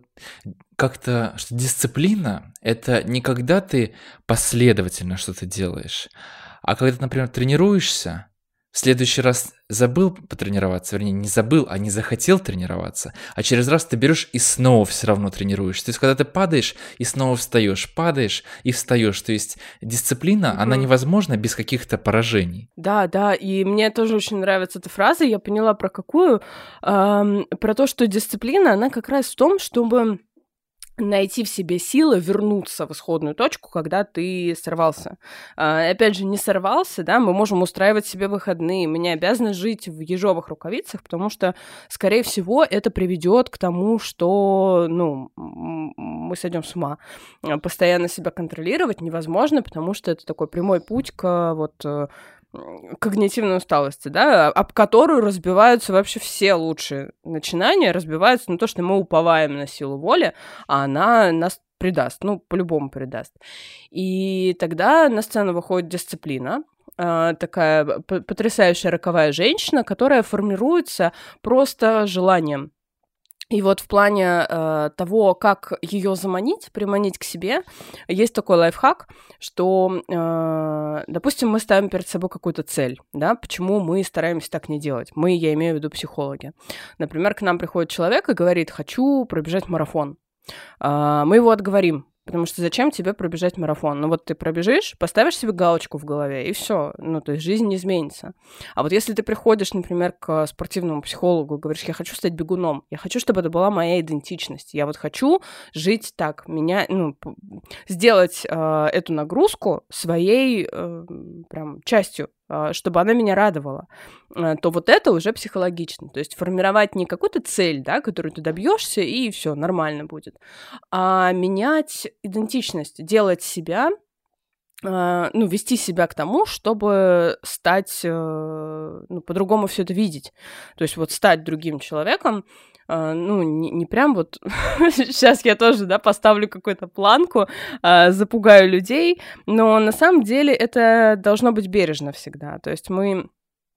как-то, что дисциплина — это не когда ты последовательно что-то делаешь, а когда ты, например, тренируешься, в следующий раз забыл потренироваться, вернее, не забыл, а не захотел тренироваться, а через раз ты берешь и снова все равно тренируешься. То есть, когда ты падаешь и снова встаешь, падаешь и встаешь. То есть, дисциплина, mm-hmm. она невозможна без каких-то поражений. Да, да, и мне тоже очень нравится эта фраза, я поняла про какую, эм, про то, что дисциплина, она как раз в том, чтобы найти в себе силы вернуться в исходную точку, когда ты сорвался. А, опять же, не сорвался, да, мы можем устраивать себе выходные, мы не обязаны жить в ежовых рукавицах, потому что, скорее всего, это приведет к тому, что, ну, мы сойдем с ума. Постоянно себя контролировать невозможно, потому что это такой прямой путь к вот когнитивной усталости, да, об которую разбиваются вообще все лучшие начинания, разбиваются на то, что мы уповаем на силу воли, а она нас предаст, ну, по-любому предаст. И тогда на сцену выходит дисциплина, такая потрясающая роковая женщина, которая формируется просто желанием. И вот в плане э, того, как ее заманить, приманить к себе, есть такой лайфхак, что, э, допустим, мы ставим перед собой какую-то цель, да, почему мы стараемся так не делать? Мы, я имею в виду психологи. Например, к нам приходит человек и говорит: хочу пробежать марафон. Э, мы его отговорим. Потому что зачем тебе пробежать марафон? Ну вот ты пробежишь, поставишь себе галочку в голове, и все. Ну, то есть жизнь не изменится. А вот если ты приходишь, например, к спортивному психологу, говоришь: я хочу стать бегуном, я хочу, чтобы это была моя идентичность. Я вот хочу жить так, меня, ну, сделать э, эту нагрузку своей э, прям частью, чтобы она меня радовала, то вот это уже психологично. То есть формировать не какую-то цель, да, которую ты добьешься, и все нормально будет, а менять идентичность, делать себя, ну, вести себя к тому, чтобы стать, ну, по-другому все это видеть. То есть вот стать другим человеком, ну, не, не прям вот сейчас я тоже, да, поставлю какую-то планку, э, запугаю людей, но на самом деле это должно быть бережно всегда. То есть мы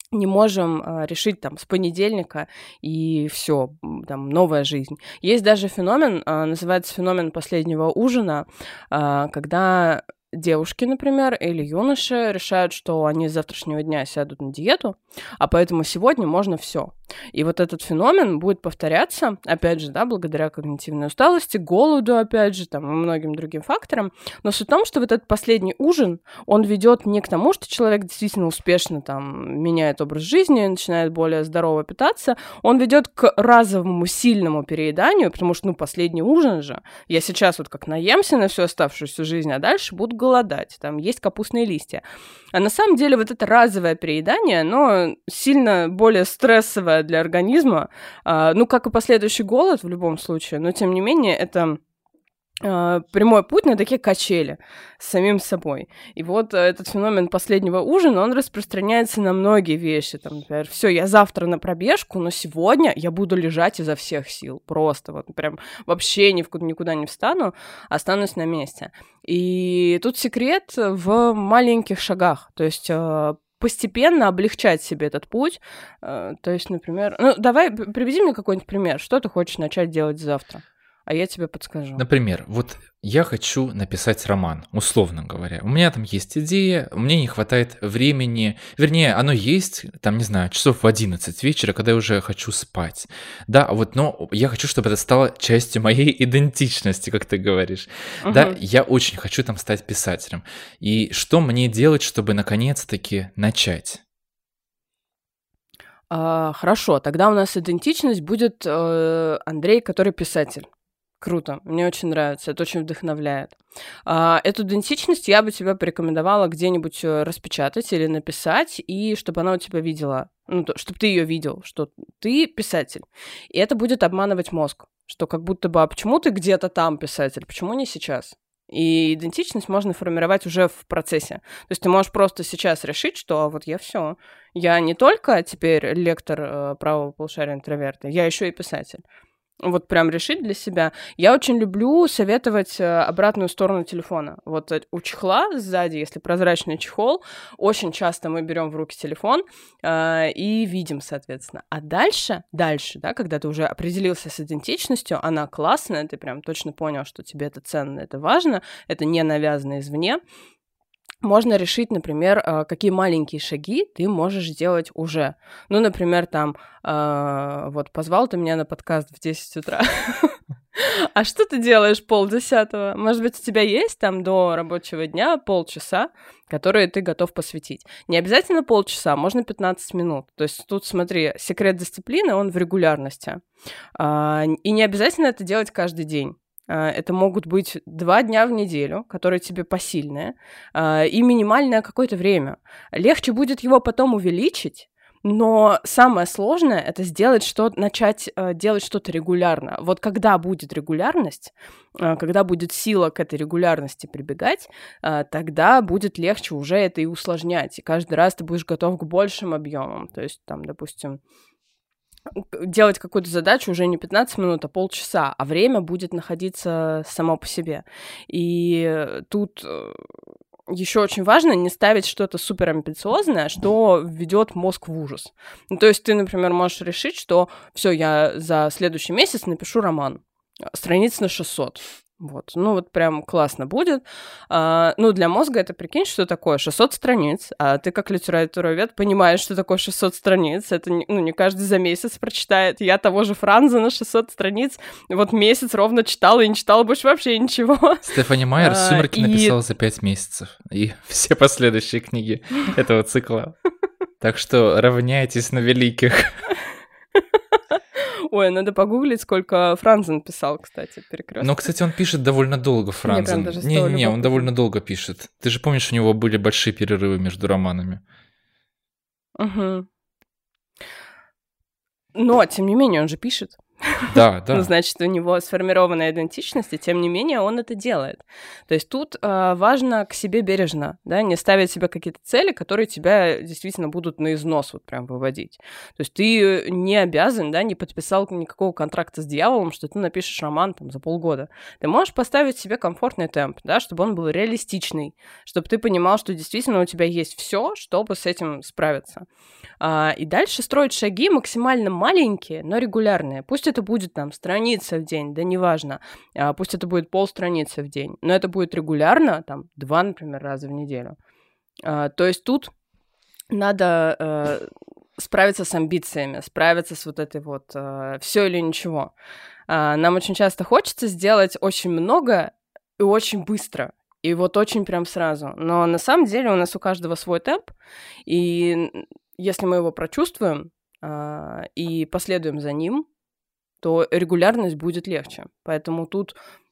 не можем а, решить там с понедельника и все, там новая жизнь. Есть даже феномен, а, называется феномен последнего ужина, а, когда девушки, например, или юноши решают, что они с завтрашнего дня сядут на диету, а поэтому сегодня можно все. И вот этот феномен будет повторяться, опять же, да, благодаря когнитивной усталости, голоду, опять же, там, и многим другим факторам. Но суть в том, что вот этот последний ужин, он ведет не к тому, что человек действительно успешно там меняет образ жизни, начинает более здорово питаться, он ведет к разовому сильному перееданию, потому что, ну, последний ужин же, я сейчас вот как наемся на всю оставшуюся жизнь, а дальше буду голодать, там, есть капустные листья. А на самом деле вот это разовое переедание, оно сильно более стрессовое для организма, а, ну, как и последующий голод в любом случае, но, тем не менее, это а, прямой путь на такие качели с самим собой. И вот а, этот феномен последнего ужина, он распространяется на многие вещи. Там, например, все, я завтра на пробежку, но сегодня я буду лежать изо всех сил. Просто вот прям вообще никуда, никуда не встану, останусь на месте. И тут секрет в маленьких шагах. То есть постепенно облегчать себе этот путь. То есть, например... Ну, давай, приведи мне какой-нибудь пример. Что ты хочешь начать делать завтра? А я тебе подскажу. Например, вот я хочу написать роман, условно говоря. У меня там есть идея, мне не хватает времени. Вернее, оно есть, там, не знаю, часов в одиннадцать вечера, когда я уже хочу спать. Да, вот, но я хочу, чтобы это стало частью моей идентичности, как ты говоришь. Uh-huh. Да, я очень хочу там стать писателем. И что мне делать, чтобы наконец-таки начать? А, хорошо, тогда у нас идентичность будет э, Андрей, который писатель. Круто, мне очень нравится, это очень вдохновляет. А, эту идентичность я бы тебе порекомендовала где-нибудь распечатать или написать, и чтобы она у тебя видела, ну, то, чтобы ты ее видел, что ты писатель. И это будет обманывать мозг, что как будто бы, а почему ты где-то там писатель, почему не сейчас? И идентичность можно формировать уже в процессе. То есть ты можешь просто сейчас решить, что вот я все, я не только теперь лектор э, правого полушария интроверта, я еще и писатель. Вот прям решить для себя. Я очень люблю советовать обратную сторону телефона. Вот у чехла сзади, если прозрачный чехол, очень часто мы берем в руки телефон э, и видим, соответственно. А дальше, дальше, да, когда ты уже определился с идентичностью, она классная, ты прям точно понял, что тебе это ценно, это важно, это не навязано извне. Можно решить, например, какие маленькие шаги ты можешь делать уже. Ну, например, там, э, вот, позвал ты меня на подкаст в десять утра. А что ты делаешь полдесятого? Может быть, у тебя есть там до рабочего дня полчаса, которые ты готов посвятить? Не обязательно полчаса, можно пятнадцать минут. То есть тут, смотри, секрет дисциплины, он в регулярности. И не обязательно это делать каждый день. Это могут быть два дня в неделю, которые тебе посильные, и минимальное какое-то время. Легче будет его потом увеличить, но самое сложное — это сделать что, начать делать что-то регулярно. Вот когда будет регулярность, когда будет сила к этой регулярности прибегать, тогда будет легче уже это и усложнять. И каждый раз ты будешь готов к большим объемам. То есть, там, допустим, делать какую-то задачу уже не пятнадцать минут, а полчаса, а время будет находиться само по себе. И тут еще очень важно не ставить что-то суперамбициозное, что введет мозг в ужас. Ну, то есть ты, например, можешь решить, что все, я за следующий месяц напишу роман, страниц на шестьсот. Вот, ну вот прям классно будет. А, ну, для мозга это, прикинь, что такое шестьсот страниц, а ты как литературовед понимаешь, что такое шестьсот страниц. Это, ну, не каждый за месяц прочитает. Я того же Франза на шестьсот страниц вот месяц ровно читала и не читала больше вообще ничего. Стефани Майер «Сумерки» а, и... написала за пять месяцев. И все последующие книги этого цикла. Так что равняйтесь на великих. Ой, надо погуглить, сколько Франзен писал, кстати, «Перекрёсток». Ну, кстати, он пишет довольно долго, Франзен. Не-не-не, он довольно долго пишет. Ты же помнишь, у него были большие перерывы между романами. Угу. Но, тем не менее, он же пишет. Да, да. Ну, значит, у него сформированная идентичность, и тем не менее он это делает. То есть тут э, важно к себе бережно, да, не ставить себе какие-то цели, которые тебя действительно будут на износ вот прям выводить. То есть ты не обязан, да, не подписал никакого контракта с дьяволом, что ты напишешь роман там за полгода. Ты можешь поставить себе комфортный темп, да, чтобы он был реалистичный, чтобы ты понимал, что действительно у тебя есть все, чтобы с этим справиться. А, и дальше строить шаги максимально маленькие, но регулярные. Пусть это будет там страница в день, да неважно. А, пусть это будет полстраницы в день, но это будет регулярно, там, два, например, раза в неделю. А, то есть тут надо э, справиться с амбициями, справиться с вот этой вот э, все или ничего. А, нам очень часто хочется сделать очень много и очень быстро. И вот очень прям сразу. Но на самом деле у нас у каждого свой темп, и если мы его прочувствуем а, и последуем за ним, то регулярность будет легче. Поэтому тут...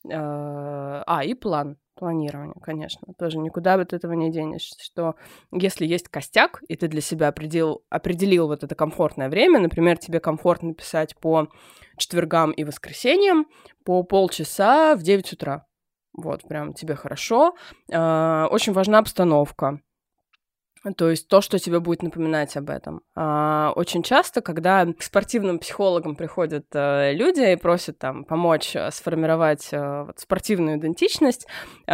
А, а и план, планирование, конечно. Тоже никуда от этого не денешься. Что если есть костяк, и ты для себя определил, определил вот это комфортное время, например, тебе комфортно писать по четвергам и воскресеньям по полчаса в девять утра. Вот, прям тебе хорошо. А, очень важна обстановка. То есть то, что тебе будет напоминать об этом. А, очень часто, когда к спортивным психологам приходят а, люди и просят там помочь а, сформировать а, вот, спортивную идентичность,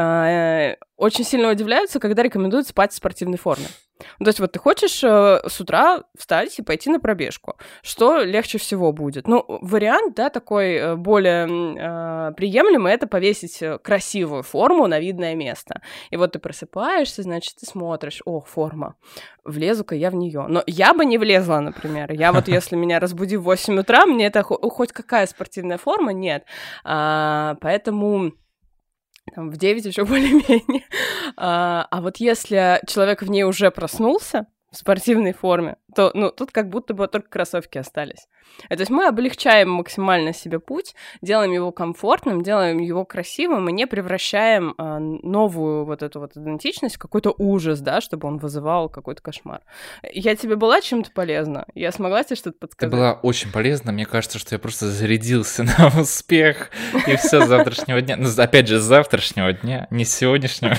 а, очень сильно удивляются, когда рекомендуют спать в спортивной форме. Ну, то есть вот ты хочешь э, с утра встать и пойти на пробежку. Что легче всего будет? Ну, вариант, да, такой э, более э, приемлемый, это повесить красивую форму на видное место. И вот ты просыпаешься, значит, ты смотришь, о, форма, влезу-ка я в нее. Но я бы не влезла, например. Я вот, если меня разбуди в восемь утра, мне это хоть какая спортивная форма? Нет. А, поэтому... Там, в девять еще более-менее. А, а вот если человек в ней уже проснулся в спортивной форме, то ну, тут как будто бы только кроссовки остались. То есть мы облегчаем максимально себе путь, делаем его комфортным, делаем его красивым и не превращаем а, новую вот эту вот идентичность в какой-то ужас, да, чтобы он вызывал какой-то кошмар. Я тебе была чем-то полезна? Я смогла тебе что-то подсказать? Ты была очень полезна. Мне кажется, что я просто зарядился на успех и все с завтрашнего дня. Ну, опять же, с завтрашнего дня, не с сегодняшнего.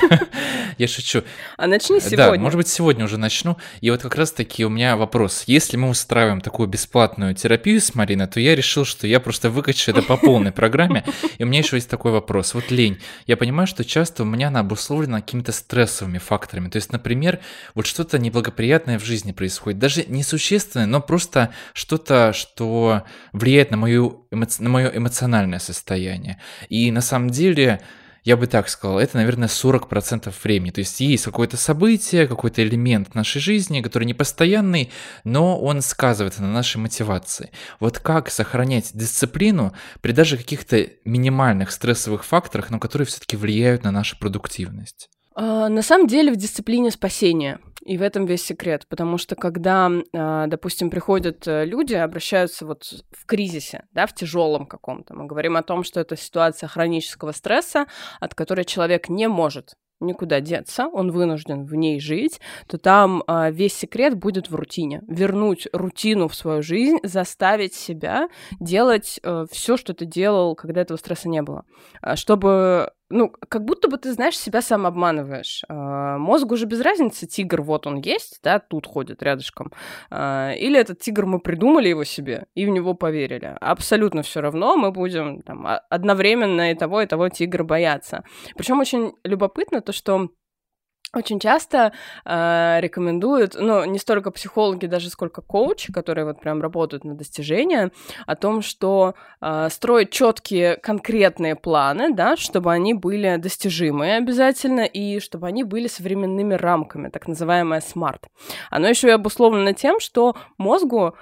Я шучу. А начни сегодня. Да, может быть, сегодня уже начну. И вот как раз-таки у меня вопрос. Если мы устраиваем такую бесплатную терапию с Мариной, то я решил, что я просто выкачу это по полной программе. И у меня еще есть такой вопрос. Вот лень. Я понимаю, что часто у меня она обусловлена какими-то стрессовыми факторами. То есть, например, вот что-то неблагоприятное в жизни происходит. Даже несущественное, но просто что-то, что влияет на, мою эмоци... на мое эмоциональное состояние. И на самом деле... Я бы так сказал, это, наверное, сорок процентов времени. То есть есть какое-то событие, какой-то элемент нашей жизни, который не постоянный, но он сказывается на нашей мотивации. Вот как сохранять дисциплину при даже каких-то минимальных стрессовых факторах, но которые все-таки влияют на нашу продуктивность? На самом деле в дисциплине спасение, и в этом весь секрет, потому что когда, допустим, приходят люди, обращаются вот в кризисе, да, в тяжелом каком-то, мы говорим о том, что это ситуация хронического стресса, от которой человек не может никуда деться, он вынужден в ней жить, то там а, весь секрет будет в рутине. Вернуть рутину в свою жизнь, заставить себя делать а, все, что ты делал, когда этого стресса не было. А, чтобы, ну, как будто бы ты, знаешь, себя сам обманываешь. А, мозгу уже без разницы, тигр вот он есть, да, тут ходит рядышком. А, или этот тигр мы придумали его себе и в него поверили. Абсолютно все равно мы будем там, одновременно и того, и того тигра бояться. Причем очень любопытно то, что очень часто э, рекомендуют, ну, не столько психологи, даже сколько коучи, которые вот прям работают на достижения, о том, что э, строить четкие конкретные планы, да, чтобы они были достижимые обязательно, и чтобы они были с временными рамками, так называемое смарт. Оно еще и обусловлено тем, что мозгу,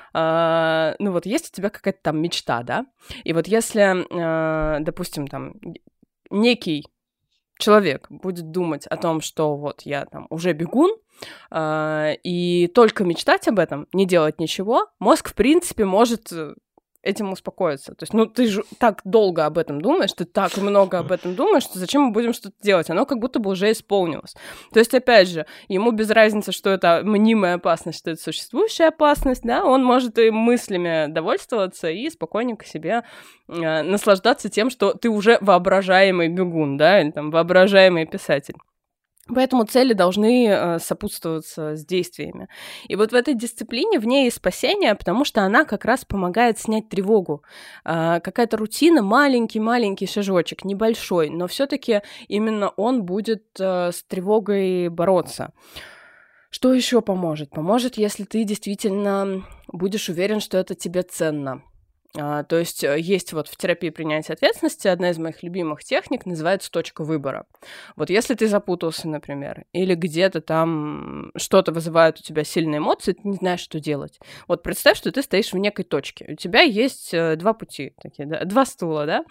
э, ну, вот есть у тебя какая-то там мечта, да, и вот если, э, допустим, там, некий человек будет думать о том, что вот я там уже бегун, э, и только мечтать об этом, не делать ничего, мозг, в принципе, может этим успокоиться. То есть, ну, ты же так долго об этом думаешь, ты так много об этом думаешь, что зачем мы будем что-то делать? Оно как будто бы уже исполнилось. То есть, опять же, ему без разницы, что это мнимая опасность, что это существующая опасность, да, он может и мыслями довольствоваться и спокойненько себе э, наслаждаться тем, что ты уже воображаемый бегун, да, или там воображаемый писатель. Поэтому цели должны э, сопутствоваться с действиями. И вот в этой дисциплине в ней есть спасение, потому что она как раз помогает снять тревогу. Э, какая-то рутина, маленький-маленький шажочек, небольшой, но все-таки именно он будет э, с тревогой бороться. Что еще поможет? Поможет, если ты действительно будешь уверен, что это тебе ценно. А, то есть есть вот в терапии принятия ответственности одна из моих любимых техник, называется точка выбора. Вот если ты запутался, например, или где-то там что-то вызывает у тебя сильные эмоции, ты не знаешь, что делать. Вот представь, что ты стоишь в некой точке. У тебя есть два пути, такие, да, два стула, да.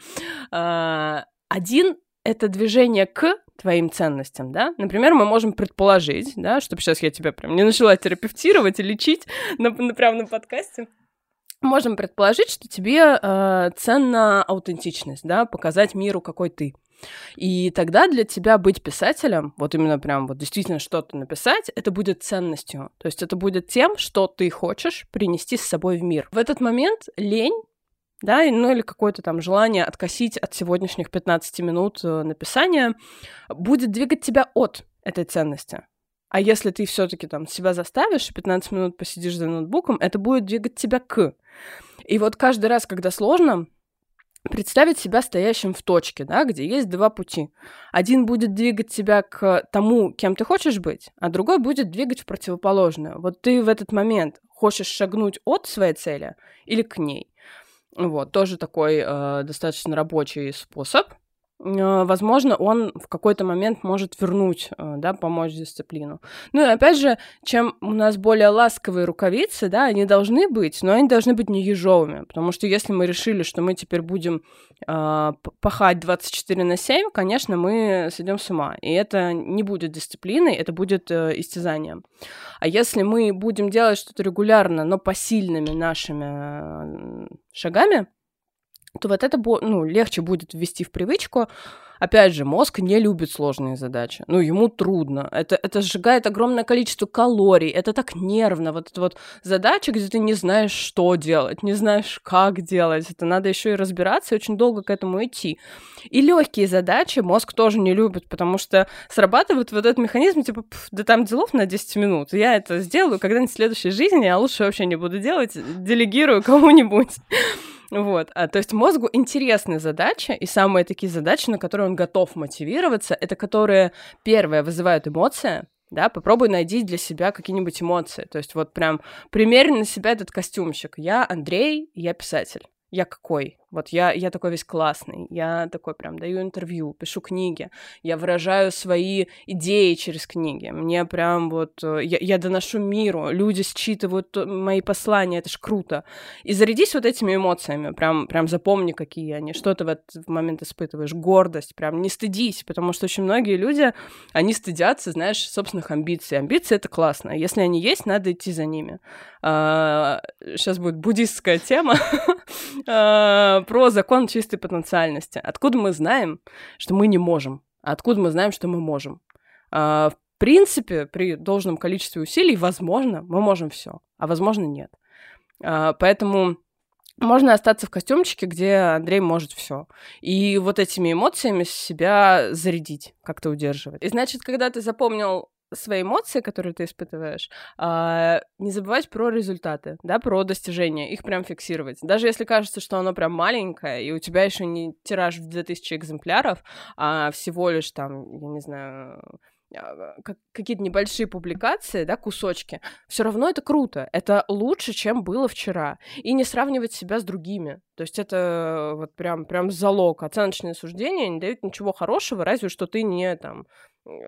А, один — это движение к твоим ценностям, да. Например, мы можем предположить, да, чтобы сейчас я тебя прям не начала терапевтировать и лечить на, на, прямо на подкасте. Можем предположить, что тебе э, ценна аутентичность, да, показать миру, какой ты. И тогда для тебя быть писателем, вот именно прям вот действительно что-то написать, это будет ценностью. То есть это будет тем, что ты хочешь принести с собой в мир. В этот момент лень, да, ну или какое-то там желание откосить от сегодняшних пятнадцати минут написания будет двигать тебя от этой ценности. А если ты все-таки там себя заставишь, пятнадцать минут посидишь за ноутбуком, это будет двигать тебя к. И вот каждый раз, когда сложно, представить себя стоящим в точке, да, где есть два пути. Один будет двигать тебя к тому, кем ты хочешь быть, а другой будет двигать в противоположную. Вот ты в этот момент хочешь шагнуть от своей цели или к ней. Вот, тоже такой э, достаточно рабочий способ. Возможно, он в какой-то момент может вернуть, да, помочь дисциплину. Ну и опять же, чем у нас более ласковые рукавицы, да, они должны быть, но они должны быть не ежовыми, потому что если мы решили, что мы теперь будем э, пахать двадцать четыре на семь, конечно, мы сойдем с ума, и это не будет дисциплиной, это будет э, истязанием. А если мы будем делать что-то регулярно, но посильными нашими э, шагами, то вот это, ну, легче будет ввести в привычку. Опять же, мозг не любит сложные задачи. Ну, ему трудно. Это, это сжигает огромное количество калорий. Это так нервно. Вот это вот задача, где ты не знаешь, что делать, не знаешь, как делать. Это надо еще и разбираться и очень долго к этому идти. И легкие задачи мозг тоже не любит, потому что срабатывает вот этот механизм, типа, да там делов на десять минут. Я это сделаю когда-нибудь в следующей жизни, а лучше вообще не буду делать, делегирую кому-нибудь. Вот, а, то есть мозгу интересны задачи, и самые такие задачи, на которые он готов мотивироваться, это которые, первое, вызывают эмоции, да, попробуй найди для себя какие-нибудь эмоции, то есть вот прям примерь на себя этот костюмчик. Я Андрей, я писатель. Я какой? Вот я, я такой весь классный, я такой прям даю интервью, пишу книги, я выражаю свои идеи через книги, мне прям вот, я, я доношу миру, люди считывают мои послания, это ж круто. И зарядись вот этими эмоциями, прям, прям запомни, какие они, что ты в этот момент испытываешь, гордость, прям не стыдись, потому что очень многие люди, они стыдятся, знаешь, собственных амбиций. Амбиции — это классно, если они есть, надо идти за ними. А, сейчас будет буддистская тема, про закон чистой потенциальности. Откуда мы знаем, что мы не можем? А откуда мы знаем, что мы можем? В принципе, при должном количестве усилий, возможно, мы можем все, а возможно, нет. Поэтому можно остаться в костюмчике, где Андрей может все. И вот этими эмоциями себя зарядить, как-то удерживать. И значит, когда ты запомнил свои эмоции, которые ты испытываешь, а, не забывать про результаты, да, про достижения, их прям фиксировать. Даже если кажется, что оно прям маленькое, и у тебя еще не тираж в две тысячи экземпляров, а всего лишь там, я не знаю, какие-то небольшие публикации, да, кусочки, все равно это круто. Это лучше, чем было вчера. И не сравнивать себя с другими. То есть это вот прям, прям залог. Оценочные суждения не дают ничего хорошего, разве что ты не там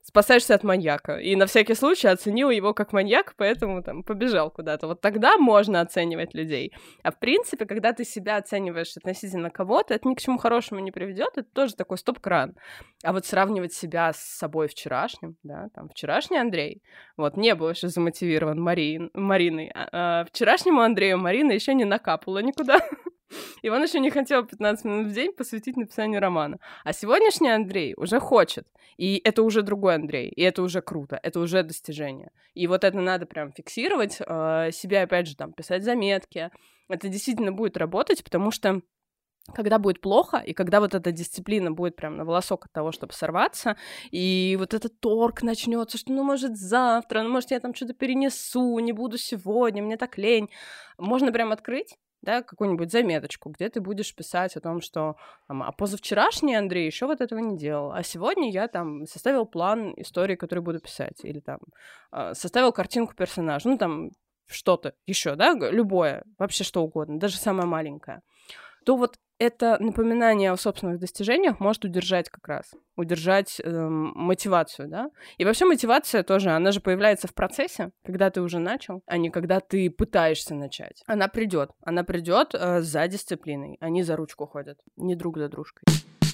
спасаешься от маньяка. И на всякий случай оценил его как маньяк, поэтому там побежал куда-то. Вот тогда можно оценивать людей. А в принципе, когда ты себя оцениваешь относительно кого-то, это ни к чему хорошему не приведет, это тоже такой стоп-кран. А вот сравнивать себя с собой вчерашним, да, там, вчерашний Андрей, вот, не был еще замотивирован Марин, Мариной, а, а вчерашнему Андрею Марина еще не накапала никуда. И он еще не хотел пятнадцать минут в день посвятить написанию романа. А сегодняшний Андрей уже хочет. И это уже другой Андрей. И это уже круто. Это уже достижение. И вот это надо прям фиксировать. Э, себя, опять же, там, писать заметки. Это действительно будет работать, потому что когда будет плохо, и когда вот эта дисциплина будет прям на волосок от того, чтобы сорваться, и вот этот торг начнется, что, ну, может, завтра, ну, может, я там что-то перенесу, не буду сегодня, мне так лень. Можно прям открыть, да, какую-нибудь заметочку, где ты будешь писать о том, что там, а позавчерашний Андрей еще вот этого не делал, а сегодня я там составил план истории, которую буду писать, или там составил картинку персонажа, ну там что-то еще, да, любое, вообще что угодно, даже самое маленькое, то вот это напоминание о собственных достижениях может удержать как раз, удержать эм, мотивацию, да. И вообще мотивация тоже, она же появляется в процессе, когда ты уже начал, а не когда ты пытаешься начать. Она придет, она придет э, за дисциплиной, они за ручку ходят, не друг за дружкой.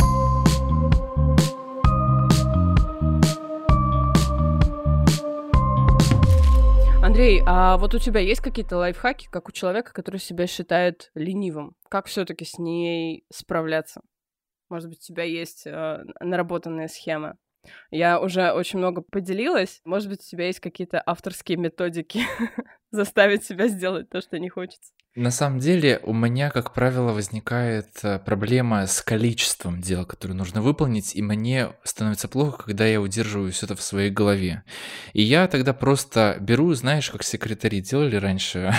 Андрей, а вот у тебя есть какие-то лайфхаки, как у человека, который себя считает ленивым? Как все-таки с ней справляться? Может быть, у тебя есть э, наработанные схемы? Я уже очень много поделилась. Может быть, у тебя есть какие-то авторские методики заставить себя сделать то, что не хочется? На самом деле у меня, как правило, возникает проблема с количеством дел, которые нужно выполнить, и мне становится плохо, когда я удерживаю все это в своей голове. И я тогда просто беру, знаешь, как секретари делали раньше,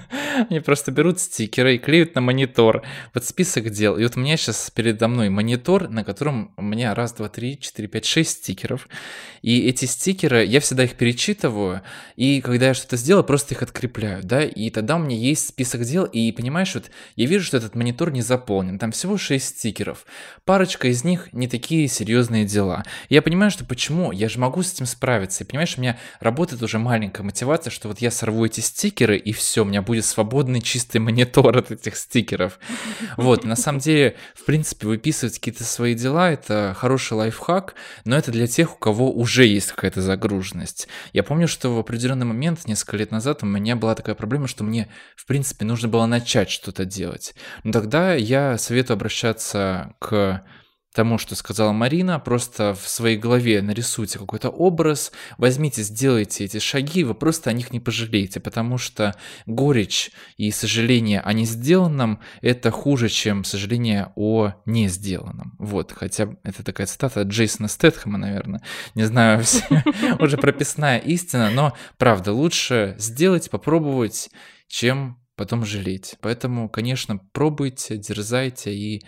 они просто берут стикеры и клеют на монитор вот список дел. И вот у меня сейчас передо мной монитор, на котором у меня раз, два, три, четыре, пять, шесть стикеров. И эти стикеры, я всегда их перечитываю, и когда я что-то сделал, просто их открепляю, да, и тогда у меня есть список дел, и понимаешь, вот я вижу, что этот монитор не заполнен, там всего шесть стикеров, парочка из них не такие серьезные дела. И я понимаю, что почему, я же могу с этим справиться, и понимаешь, у меня работает уже маленькая мотивация, что вот я сорву эти стикеры, и все, у меня будет свободный чистый монитор от этих стикеров. Вот, на самом деле, в принципе, выписывать какие-то свои дела, это хороший лайфхак, но это для тех, у кого уже есть какая-то загруженность. Я помню, что в определенный момент, несколько лет назад, у меня была такая проблема, что мне, в принципе, нужно было начать что-то делать. Но тогда я советую обращаться к тому, что сказала Марина, просто в своей голове нарисуйте какой-то образ, возьмите, сделайте эти шаги, вы просто о них не пожалеете, потому что горечь и сожаление о не сделанном – это хуже, чем сожаление о не сделанном. Вот, хотя это такая цитата от Джейсона Стэтхэма, наверное, не знаю, уже прописная истина, но правда, лучше сделать, попробовать, чем потом жалеть. Поэтому, конечно, пробуйте, дерзайте, и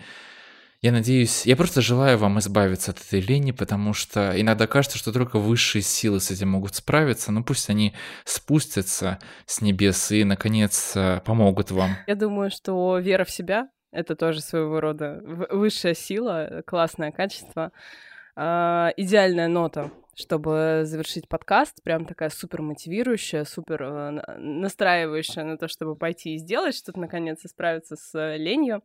я надеюсь, я просто желаю вам избавиться от этой лени, потому что иногда кажется, что только высшие силы с этим могут справиться, но пусть они спустятся с небес и, наконец, помогут вам. Я думаю, что вера в себя — это тоже своего рода высшая сила, классное качество, идеальная нота, чтобы завершить подкаст, прям такая супер мотивирующая, супер настраивающая на то, чтобы пойти и сделать что-то, наконец, и справиться с ленью.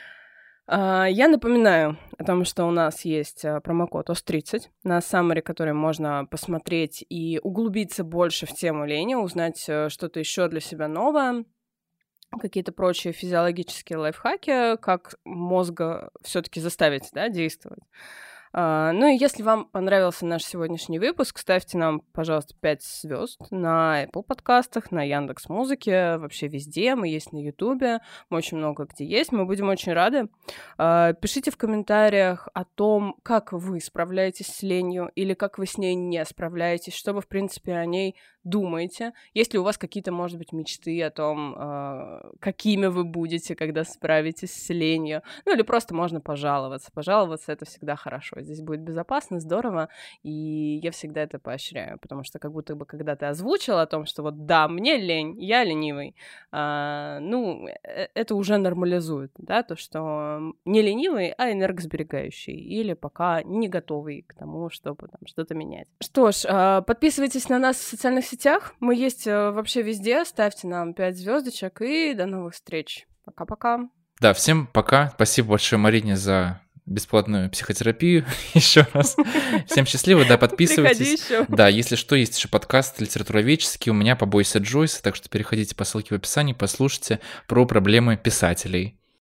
Я напоминаю о том, что у нас есть промокод о эс тридцать на Summary, который можно посмотреть и углубиться больше в тему лени, узнать что-то еще для себя новое, какие-то прочие физиологические лайфхаки, как мозга все-таки заставить, да, действовать. Uh, ну и если вам понравился наш сегодняшний выпуск, ставьте нам, пожалуйста, пять звезд на Apple подкастах, на Яндекс.Музыке, вообще везде. Мы есть на Ютубе, мы очень много где есть, мы будем очень рады. Uh, пишите в комментариях о том, как вы справляетесь с ленью или как вы с ней не справляетесь, что вы, в принципе, о ней думайте. Если у вас какие-то, может быть, мечты о том, какими вы будете, когда справитесь с ленью, ну или просто можно пожаловаться. Пожаловаться — это всегда хорошо. Здесь будет безопасно, здорово, и я всегда это поощряю, потому что как будто бы, когда ты озвучил о том, что вот да, мне лень, я ленивый, ну, это уже нормализует, да, то, что не ленивый, а энергосберегающий, или пока не готовый к тому, чтобы там что-то менять. Что ж, подписывайтесь на нас в социальных сетях, мы есть вообще везде, ставьте нам пять звездочек, и до новых встреч. Пока-пока. Да, всем пока. Спасибо большое Марине за бесплатную психотерапию еще раз. Всем счастливо, да, подписывайтесь. Да, если что, есть еще подкаст литературоведческий у меня «Побойся Джойса», так что переходите по ссылке в описании, послушайте про проблемы писателей.